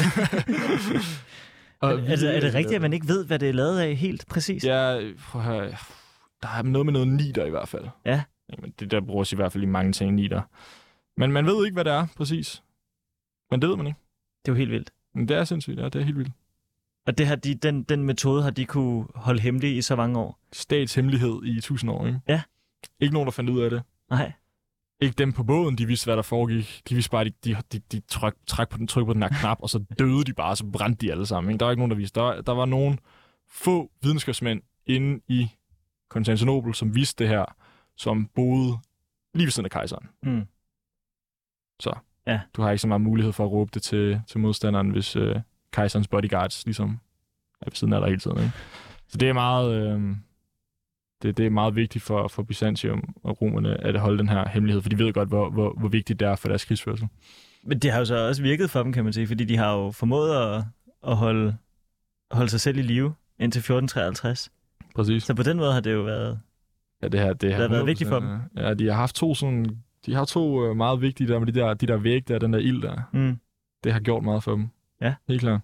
Er det rigtigt, at man ikke ved, hvad det er lavet af helt præcis? Ja, der er noget med noget niter i hvert fald. Ja. Men det der bruges i hvert fald i mange ting, niter. Men man ved ikke, hvad det er præcis. Men det ved man ikke. Det er jo helt vildt. Men det er sindssygt, ja, det er helt vildt. Og det har den metode har de kunne holde hemmelig i så mange år? Statshemmelighed i 1000 år, ikke? Ja. Ikke nogen, der fandt ud af det. Nej. Ikke dem på båden, de vidste, hvad der foregik. De vidste bare, de tryk på den her knap, og så døde de bare, og så brændte de alle sammen. Ikke? Der var ikke nogen, der vidste. Der var nogle få videnskabsmænd inde i Konstantinopel, som vidste det her, som boede lige ved siden af kejseren. Mm. Så du har ikke så meget mulighed for at råbe det til modstanderen, hvis kejserens bodyguards ligesom er ved siden af dig hele tiden. Ikke? Så det er meget... Det er meget vigtigt for Byzantium og romerne at holde den her hemmelighed, for de ved godt, hvor vigtigt det er for deres krigsførsel. Men det har jo så også virket for dem, kan man sige, fordi de har jo formået at holde sig selv i live indtil 1453. Præcis. Så på den måde har det jo været, det har været vigtigt for dem. Ja, de har haft to meget vigtige der med de der væg der, den der ild der. Mm. Det har gjort meget for dem. Ja. Helt klart.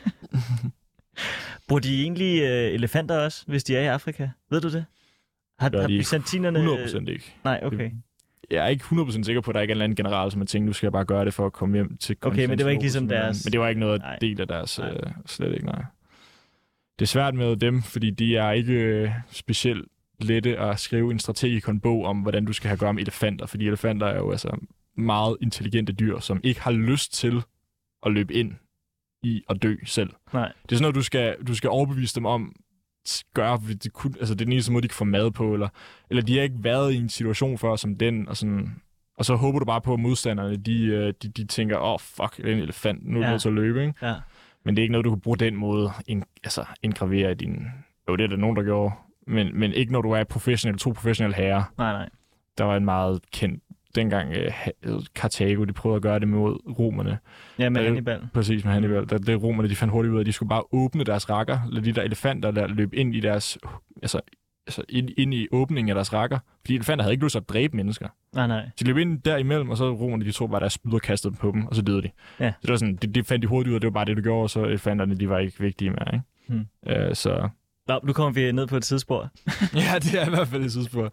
Bruger de egentlig elefanter også, hvis de er i Afrika? Ved du det? Har byzantinerne... 100% ikke. Nej, okay. Jeg er ikke 100% sikker på, at der ikke er en eller anden general, som man tænkte, nu skal jeg bare gøre det for at komme hjem til okay, men det var ikke ligesom deres... Men det var ikke noget del af deres... slet ikke, nej. Det er svært med dem, fordi de er ikke specielt lette at skrive en strategikon-bog om, hvordan du skal have gøre med elefanter, fordi elefanter er jo altså meget intelligente dyr, som ikke har lyst til at løbe ind i at dø selv. Nej. Det er sådan noget, du skal overbevise dem om, gøre, det er den eneste måde, de kan få mad på, eller de har ikke været i en situation før som den, og så håber du bare på, at modstanderne, de tænker, fuck, det er en elefant, nu er du nødt til at løbe, ikke? Ja. Men det er ikke noget, du kan bruge den måde, indgravere i din... Jo, det er der nogen, der gjorde, men ikke når du er to professionelle herrer. Nej. Der var en meget kendt, dengang Karthago, de prøvede at gøre det mod romerne. Ja, med Hannibal. Præcis, med Hannibal. Det romerne, de fandt hurtigt ud af, at de skulle bare åbne deres rækker, eller de der elefanter, der løb ind i deres, ind i åbningen af deres rækker. Fordi elefanter havde ikke lyst til at dræbe mennesker. Nej. De løb ind derimellem, og så romerne, de tog bare deres spyd og kastede dem på dem, og så døde de. Ja. Så det var sådan, det fandt de hurtigt ud af, det var bare det, du gjorde, og så elefanterne, de var ikke vigtige mere, ikke? Så... Nå, nu kommer vi ned på et sidespor. Ja, det er i hvert fald et sidespor.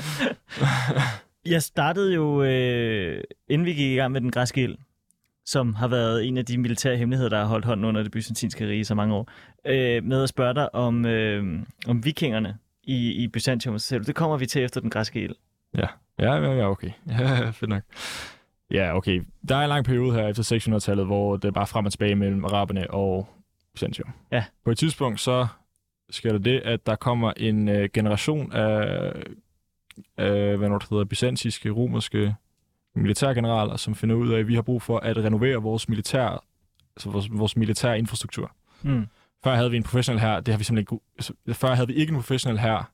Jeg startede jo, inden vi gik i gang med den græske ild, som har været en af de militære hemmeligheder, der har holdt hånden under det byzantinske rige i så mange år, med at spørge dig om vikingerne i Byzantium. Det kommer vi til efter den græske ild. Ja, okay. Ja, fedt nok. Ja, okay. Der er en lang periode her efter 600-tallet, hvor det er bare frem og tilbage mellem araberne og Byzantium. Ja. På et tidspunkt, så sker der det, at der kommer en generation af byzantinske, romerske militærgeneraler, som finder ud af, at vi har brug for at renovere vores vores militære infrastruktur. Mm. Før havde vi en professionel hær, det har vi simpelthen ikke. Før havde vi ikke en professionel hær.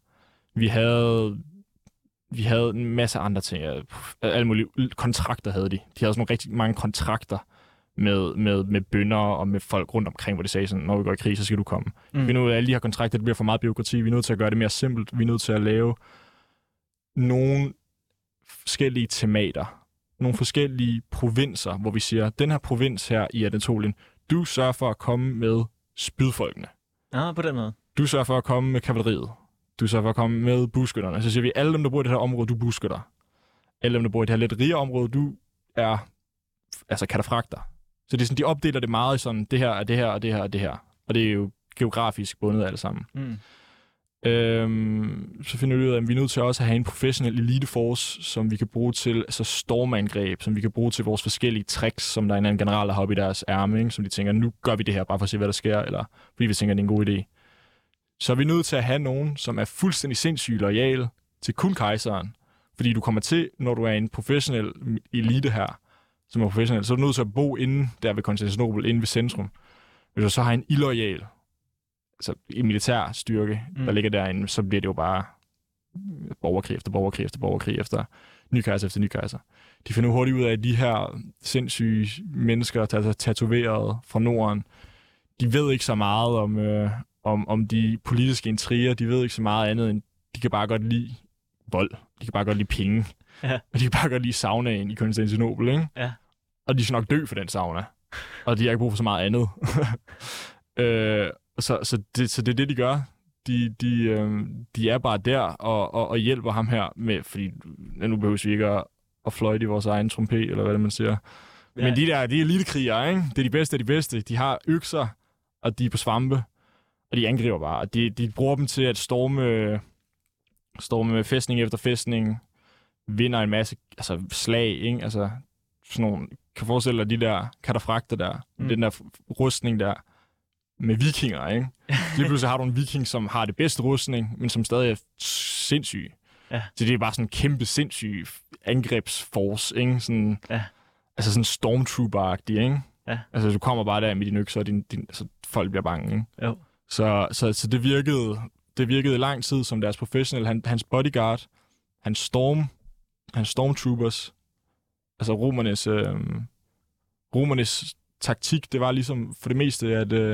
Vi havde en masse andre ting. Alle mulige kontrakter havde de. De havde også nogle rigtig mange kontrakter med bønder og med folk rundt omkring, hvor de sagde sådan, når vi går i krig, så skal du komme. Vi er nu alle de her kontrakter, det bliver for meget bureaukrati. Vi er nødt til at gøre det mere simpelt. Vi er nødt til at lave nogle forskellige temater, nogle forskellige provinser, hvor vi siger, den her provins her i Anatolien, du sørger for at komme med spydfolkene. På den måde. Du sørger for at komme med kavaleriet. Du sørger for at komme med bueskytterne. Så siger vi, alle dem, der bor i det her område, du bueskytter. Alle dem, der bor i det her lidt rigere område, du er katafrakter. Så det er sådan, de opdeler det meget i sådan, det her er det her og det her og det her. Og det er jo geografisk bundet alle sammen. Så finder vi ud af, at vi er nødt til også at have en professionel elite force, som vi kan bruge til stormangreb, som vi kan bruge til vores forskellige tricks, som der er en anden general, der har oppe i deres ærme, ikke? Som de tænker, nu gør vi det her bare for at se, hvad der sker, eller fordi vi tænker, det er en god idé. Så er vi nødt til at have nogen, som er fuldstændig sindssygt loyal til kun kejseren. Fordi du kommer til, når du er en professionel elite her, som er professionel, så er du nødt til at bo inde der ved Konstantinopel, inde ved centrum. Hvis du så har en illoyal, altså en militær styrke, der ligger derinde, så bliver det jo bare borgerkrig efter borgerkrig efter borgerkrig efter ny kejser efter ny kejser. De finder hurtigt ud af, at de her sindssyge mennesker, der er tatoveret fra Norden, de ved ikke så meget om de politiske intriger. De ved ikke så meget andet, end de kan bare godt lide vold. De kan bare godt lide penge. Ja. Og de kan bare godt lide saunaen i Konstantinopel, ikke? Ja. Og de skal nok dø for den sauna. Og de har ikke brug for så meget andet. Så det er det, de gør. De er bare der og hjælper ham her med, fordi nu behøver vi ikke at fløjte i vores egen trompet, eller hvad det man siger. Ja. Men de er elitekrigere, ikke? Det er de bedste af de bedste. De har økser, og de er på svampe, og de angriber bare. De bruger dem til at storme fæstning efter fæstning, vinder en masse slag, ikke? Altså sådan nogle, kan forestille dig de der katafrakter der, den der rustning der, med vikinger, ikke? Lige pludselig har du en viking, som har det bedste rustning, men som stadig er sindssyg. Ja. Så det er bare sådan en kæmpe sindssyg angrebsforce, ikke? Sådan, altså sådan stormtrooper-agtig, ikke? Ja. Altså du kommer bare der med din økse, og altså, folk bliver bange, ikke? Jo. Så det virkede i lang tid som deres professionelle. Hans bodyguard, hans stormtroopers, altså romernes taktik, det var ligesom for det meste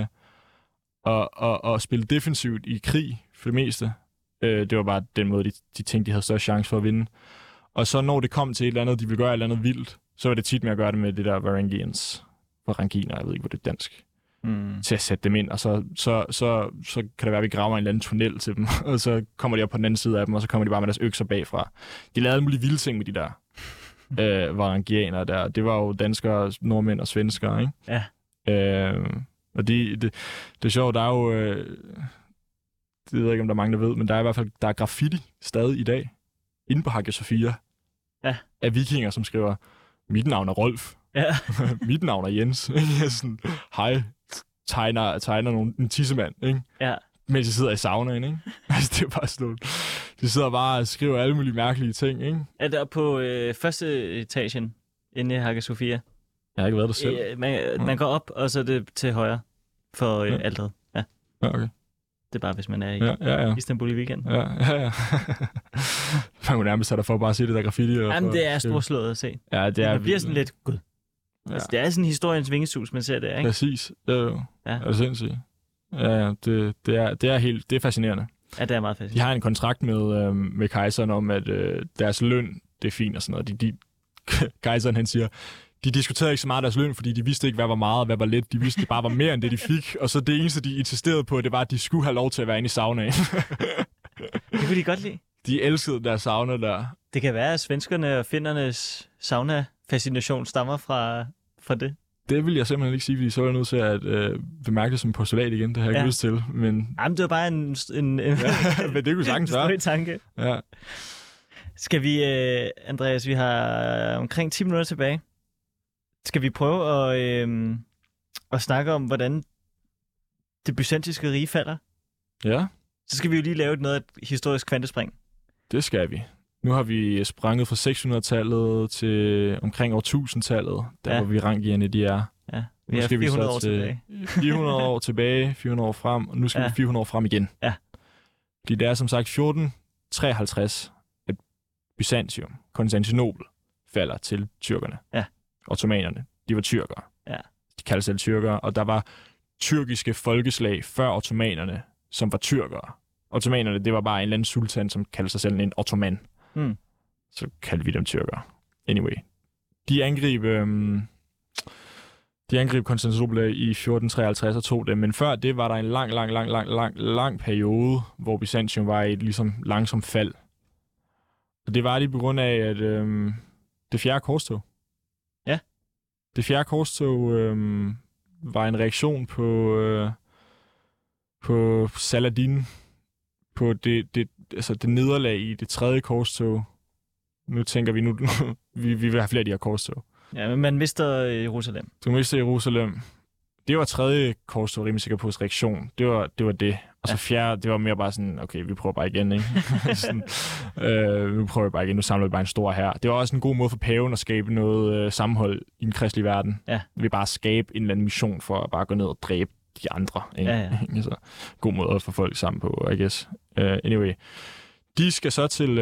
at spille defensivt i krig, for det meste. Det var bare den måde, de tænkte, de havde større chance for at vinde. Og så når det kom til et eller andet, de ville gøre et eller andet vildt, så var det tit med at gøre det med det der varanginer, jeg ved ikke, hvor det er dansk, til at sætte dem ind, og så kan det være, at vi graver en eller anden tunnel til dem, og så kommer de op på den anden side af dem, og så kommer de bare med deres økser bagfra. De lavede alle mulige vilde ting med de der varangianer der. Det var jo danskere, nordmænd og svenskere, ikke? Ja. Og det er sjovt, der er jo... det ved jeg ikke, om der er mange, der ved, men der er i hvert fald der er graffiti stadig i dag, inde på Hagia Sophia, af vikinger, som skriver, mit navn er Rolf. Ja. Mit navn er Jens. Sådan, hej, tegner en tissemand, ikke? Ja. Mens jeg sidder i saunaen, ikke? Altså, det er bare sådan, de sidder bare og skriver alle mulige mærkelige ting, ikke? Er der på første etagen inde i Hagia Sophia? Jeg har ikke været der selv. Man går op, og så er det til højre for alteret. Ja, okay. Det er bare, hvis man er i Istanbul i weekenden. Ja. Man kunne nærmest sætte dig for at bare se det der graffiti. Jamen, det er storslået at se. Ja, det er... Man bliver sådan lidt, gud. Ja. Altså, det er sådan historiens vingesus, man ser det, ikke? Præcis. Det er jo. Ja. Er det sindssygt. Ja, det er fascinerende. Ja, det er meget fascinerende. De har en kontrakt med kejseren om, at deres løn, det er fint og sådan noget. Kejseren, han siger, de diskuterede ikke så meget deres løn, fordi de vidste ikke, hvad var meget og hvad var lidt. De vidste, det bare var mere end det, de fik. Og så det eneste, de insisterede på, det var, at de skulle have lov til at være inde i saunaen. Det kunne de godt lide. De elskede deres sauna der. Det kan være, at svenskerne og finnernes sauna-fascination stammer fra det. Det vil jeg simpelthen ikke sige, fordi så er jeg nødt til at bemærke det som postulat igen. Det har jeg ikke lyst til. Men... Jamen, det var bare en men det kunne sagtens være. Tanke. Ja. Skal vi, Andreas, vi har omkring 10 minutter tilbage. Skal vi prøve at snakke om, hvordan det byzantinske rige falder? Ja. Så skal vi jo lige lave noget af et historisk kvantespring. Det skal vi. Nu har vi spranget fra 600-tallet til omkring år 1000-tallet, der hvor vi rangierne de er. Ja, vi er 400 år tilbage. 400 år tilbage, 400 år frem, og nu skal vi 400 år frem igen. Ja. Fordi det er som sagt 1453, at Byzantium, Konstantinopel, falder til tyrkerne. Ja. Ottomanerne, de var tyrkere. Ja. De kaldte sig tyrkere, og der var tyrkiske folkeslag før ottomanerne, som var tyrkere. Ottomanerne, det var bare en eller anden sultan, som kaldte sig selv en ottoman. Så kaldte vi dem tyrkere. Anyway. De angreb Konstantinopel i 1453 og tog dem, men før det var der en lang periode, hvor Byzantium var i et ligesom langsomt fald. Og det var det på grund af, at det fjerde korstog. Ja. Det fjerde korstog var en reaktion på Saladin, på det nederlag i det tredje korstog. Nu tænker vi, vi vil have flere af de her korstog. Ja, men man mister Jerusalem. Du mister Jerusalem. Det var tredje korstog, rimelig sikker på reaktion. Det var det. Og så fjerde, det var mere bare sådan, okay, vi prøver bare igen, ikke? Sådan, nu prøver vi bare igen, nu samler vi bare en stor her. Det var også en god måde for paven at skabe noget sammenhold i den kristelige verden. Ja. Vi bare skabe en eller anden mission for at bare gå ned og dræbe de andre. Ikke? Ja. Så, god måde at få folk sammen på, I guess. Anyway. De skal så til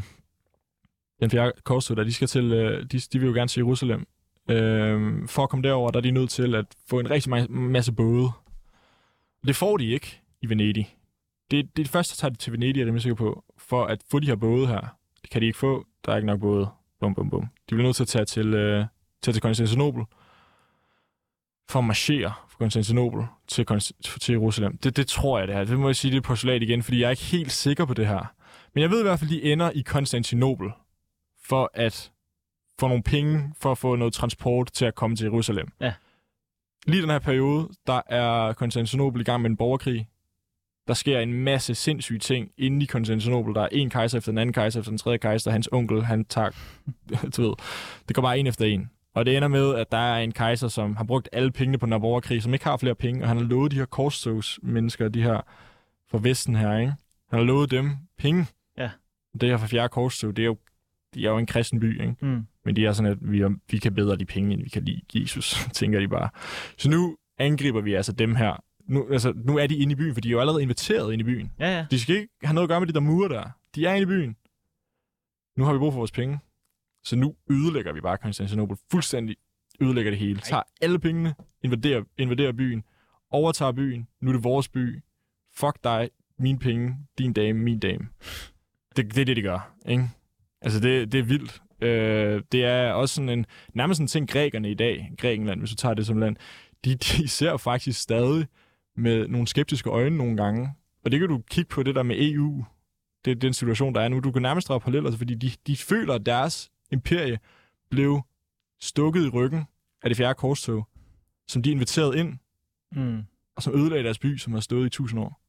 den fjerde korstog, der de skal til, de vil jo gerne til Jerusalem. For at komme derover, der er de nødt til at få en rigtig masse både. Det får de ikke i Venedig. Det er det første, der tager de til Venedig, er det sikker på. For at få de her både her, det kan de ikke få. Der er ikke nok både. Bum, bum, bum. De bliver nødt til at tage til Konstantinopel. For at marchere fra Konstantinopel til Jerusalem. Det tror jeg, det her. Det må jeg sige, det er postulat igen, fordi jeg er ikke helt sikker på det her. Men jeg ved i hvert fald, de ender i Konstantinopel for at få nogle penge, for at få noget transport til at komme til Jerusalem. Ja. Lige den her periode, der er Konstantinopel i gang med en borgerkrig. Der sker en masse sindssyge ting inde i Konstantinopel. Der er en kejser efter den anden kejser efter den tredje kejser. Hans onkel, han tager... du ved, det går bare en efter en. Og det ender med, at der er en kejser, som har brugt alle pengene på den her borgerkrig, som ikke har flere penge, og han har lovet de her korstogsmennesker, de her fra Vesten her, ikke? Han har lovet dem penge. Ja. Det her fra fjerde korstog, de er jo en kristen by, ikke? Mm. Men de er sådan, at vi kan bedre de penge, end vi kan lide Jesus, tænker de bare. Så nu angriber vi altså dem her. Nu er de inde i byen, for de er jo allerede inviteret ind i byen. Ja. De skal ikke have noget at gøre med de der mure der. De er inde i byen. Nu har vi brug for vores penge. Så nu ødelægger vi bare Konstantinopel. Fuldstændig ødelægger det hele. Tager alle pengene, invaderer byen, overtager byen. Nu er det vores by. Fuck dig, mine penge, din dame, min dame. Det er det, de gør, ikke? Altså, det er vildt. Det er også sådan nærmest en ting, grækerne i dag, Grækenland, hvis du tager det som land, de ser faktisk stadig med nogle skeptiske øjne nogle gange. Og det kan du kigge på det der med EU. Det er den situation, der er nu. Du kan nærmest drage paralleller, fordi de føler, at deres imperie blev stukket i ryggen af det fjerde korstog, som de inviterede ind, og som ødelagde deres by, som har stået i 1000 år.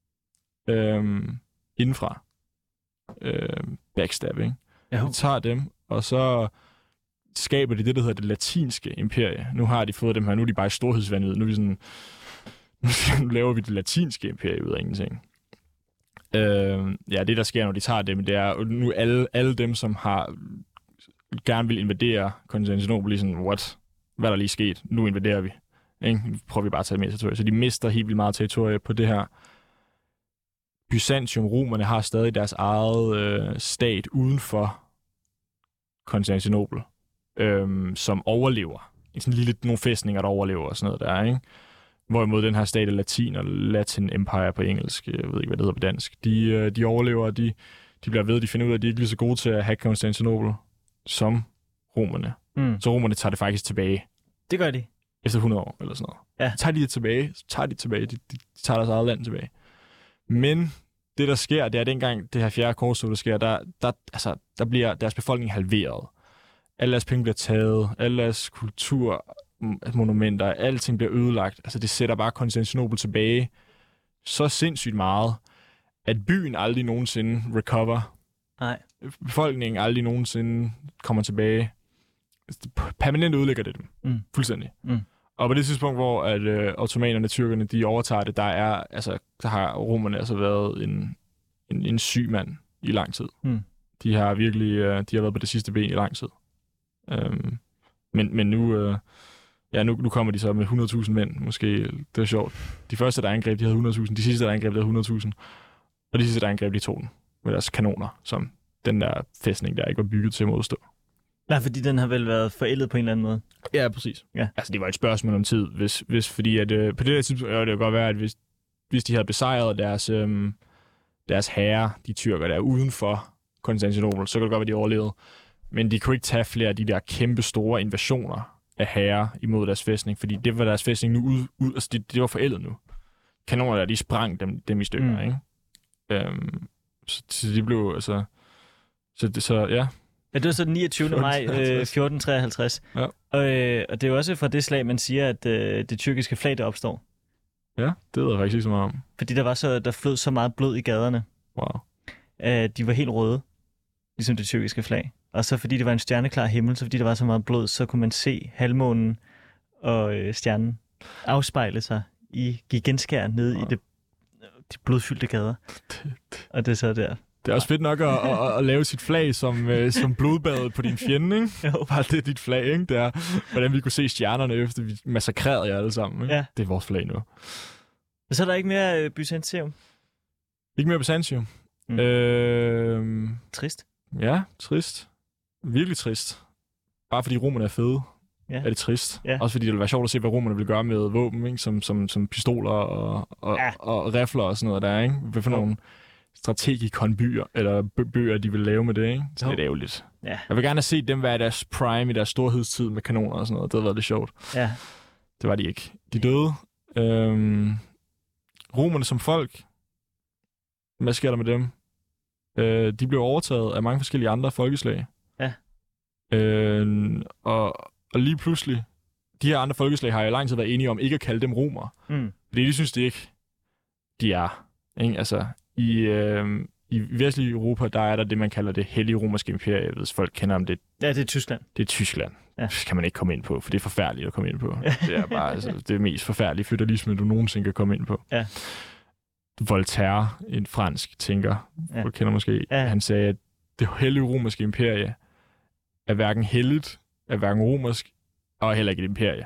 Indenfra. Backstab, ikke? De tager dem, og så skaber de det, der hedder det latinske imperie. Nu har de fået dem her, nu er de bare i storhedsvanvid. Nu er vi sådan, nu laver vi det latinske imperie ud af ingenting. Det der sker, når de tager dem, det er nu alle dem, som har gerne vil invadere Konstantinopel, sådan, hvad der lige sket? Nu invaderer vi. Ikke? Nu prøver vi bare at tage mere territorie. Så de mister helt vildt meget territorie på det her. Byzantium, romerne har stadig deres eget stat uden for Konstantinopel, som overlever. Sådan nogle fæstninger, der overlever og sådan noget der, ikke? Hvorimod den her stat er Latin Empire på engelsk, jeg ved ikke, hvad det hedder på dansk, de overlever, de bliver ved, de finder ud af, at de ikke er lige så gode til at hacke Konstantinopel som romerne. Så romerne tager det faktisk tilbage. Det gør de. Efter 100 år eller sådan noget. Ja. Tager de det tilbage, de tager deres eget land tilbage. Men det, der sker, det er dengang det her fjerde korstog, der sker, der bliver deres befolkning halveret. Alle deres penge bliver taget, alle deres kulturmonumenter, alting bliver ødelagt. Altså, det sætter bare Konstantinopel tilbage så sindssygt meget, at byen aldrig nogensinde recover. Nej. Befolkningen aldrig nogensinde kommer tilbage. Permanent ødelægger det dem. Fuldstændig. Og på det tidspunkt, hvor at ottomanerne, tyrkerne, de overtager det, der har romerne altså været en syg mand i lang tid. De har virkelig de har været på det sidste ben i lang tid. Men nu kommer de så med 100.000 mænd, måske. Det er sjovt. De første, der angreb, de havde 100.000. De sidste, der angreb, de havde 100.000. Og de sidste, der angreb, de tog den med deres kanoner, som den der fæstning, der ikke var bygget til at modstå. Nej, fordi den har vel været forældet på en eller anden måde. Ja, præcis. Ja. Altså, det var et spørgsmål om tid, hvis fordi at på det der tidspunkt, det jo godt være, at hvis de havde besejret deres herrer, de tyrker, der er uden for Konstantinopel, så kan det godt være, de overlevede. Men de kunne ikke tage flere af de der kæmpe store invasioner af herrer imod deres fæstning, fordi det var deres fæstning nu altså det var forældet nu. Kanoner der, de sprang dem i stykker, ikke? Så de blev altså... Så ja... Ja, det var så den 29. maj 1453. Ja. Og det er jo også fra det slag, man siger, at det tyrkiske flag, der opstår. Ja, det ved jeg faktisk ikke så meget om. Fordi der flød så meget blod i gaderne. Wow. De var helt røde, ligesom det tyrkiske flag. Og så fordi det var en stjerneklar himmel, så fordi der var så meget blod, så kunne man se halvmånen og stjernen afspejle sig i genskær nede i de blodfyldte gader. Og det er så der. Det er også fedt nok at lave sit flag som blodbadet på din fjende, ikke? Jo. Bare det er dit flag, ikke? Det er, hvordan vi kunne se stjernerne efter vi massakrerede jer alle sammen, ikke? Ja. Det er vores flag nu. Og så er der ikke mere Byzantium. Ikke mere Byzantium. Trist. Ja, trist. Virkelig trist. Bare fordi romerne er fede, er det trist. Ja. Også fordi det ville være sjovt at se, hvad romerne ville gøre med våben, ikke? Som pistoler og rifler og sådan noget der, ikke? Hvad for nogle strategikon-byer, eller bøger, de vil lave med det, ikke? Så det er ærgerligt. Ja. Jeg vil gerne have set dem være i deres prime, i deres storhedstid med kanoner og sådan noget. Det havde været lidt sjovt. Ja. Det var de ikke. De døde. Romerne som folk, hvad sker der med dem? De blev overtaget af mange forskellige andre folkeslag. Ja. Og lige pludselig, de her andre folkeslag har jo lang tid været enige om ikke at kalde dem romere. Fordi de synes det ikke, de er. Ikke? Altså, i vestlige Europa, der er der det, man kalder det hellige romerske imperie. Hvis folk kender om det. Ja, det er Tyskland. Det er Tyskland. Ja. Det kan man ikke komme ind på, for det er forfærdeligt at komme ind på. Det er bare det mest forfærdelige feudalisme, du nogensinde kan komme ind på. Ja. Voltaire, en fransk tænker, folk kender måske, han sagde, at det hellige romerske imperie er hverken helligt, er hverken romersk, og heller ikke et imperie.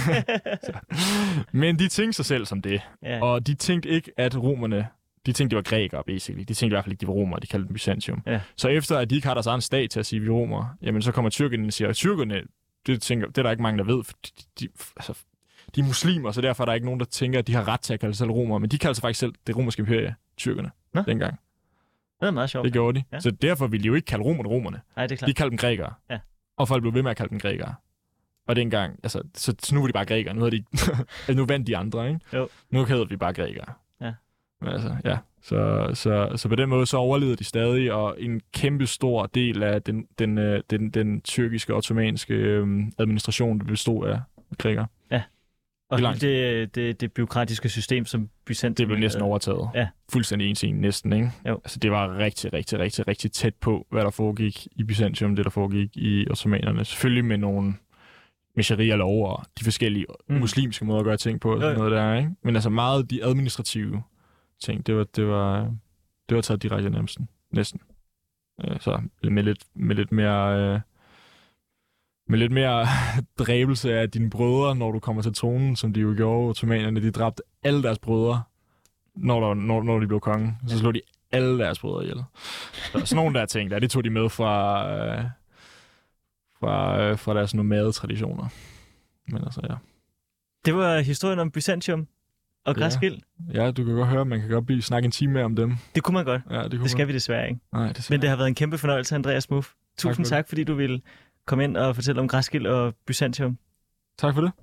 Men de tænkte sig selv som det. Ja. Og de tænkte ikke, at romerne, de tænkte, det var grækere, basically. De tænkte i hvert fald ikke, de var romere, de kaldte dem Byzantium. Ja. Så efter, at de ikke har deres egen stat til at sige, vi er romere, jamen så kommer tyrkerne og siger, at tyrkerne, det er der ikke mange, der ved, for de er muslimer, så derfor er der ikke nogen, der tænker, at de har ret til at kalde sig selv romere, men de kalder sig faktisk selv det romerske imperie, tyrkerne, dengang. Det er meget sjovt. Det gjorde de. Ja. Så derfor ville de jo ikke kalde romerne. Nej, det er klart. De kaldte dem grækere. Ja. Og folk blev ved med at kalde dem grækere. Og dengang, altså, så nu var de bare grækere. Nu vandt de andre, ikke? Jo. Nu hedder vi bare grækere. Ja. Men altså, ja. Så på den måde, så overlevede de stadig, og en kæmpe stor del af den tyrkiske ottomanske administration, det bestod af grækere. Ja. Og det byråkratiske system, som Byzantium... Det blev næsten overtaget. Ja. Fuldstændig en til en næsten, ikke? Jo. Altså, det var rigtig tæt på, hvad der foregik i Byzantium, det der foregik i ottomanerne. Selvfølgelig med nogle sharia-lov og de forskellige muslimske måder at gøre ting på, og sådan noget der, ikke? Men altså meget de administrative ting, det var taget direkte næsten. Så med lidt mere dræbelse af dine brødre, når du kommer til tronen, som de jo gjorde, ottomanerne. De dræbte alle deres brødre, når de blev konge. Så slog de alle deres brødre ihjel. Så sådan nogle der ting, det tog de med fra deres nomadetraditioner. Men altså, ja. Det var historien om Byzantium og græskild. Ja, du kan godt høre, man kan godt snakke en time mere om dem. Det kunne man godt. Ja, det skal vi desværre ikke. Nej, desværre. Men det har været en kæmpe fornøjelse, Andreas Muff. Tusind tak, fordi du ville komme ind og fortælle om græskild og Byzantium. Tak for det.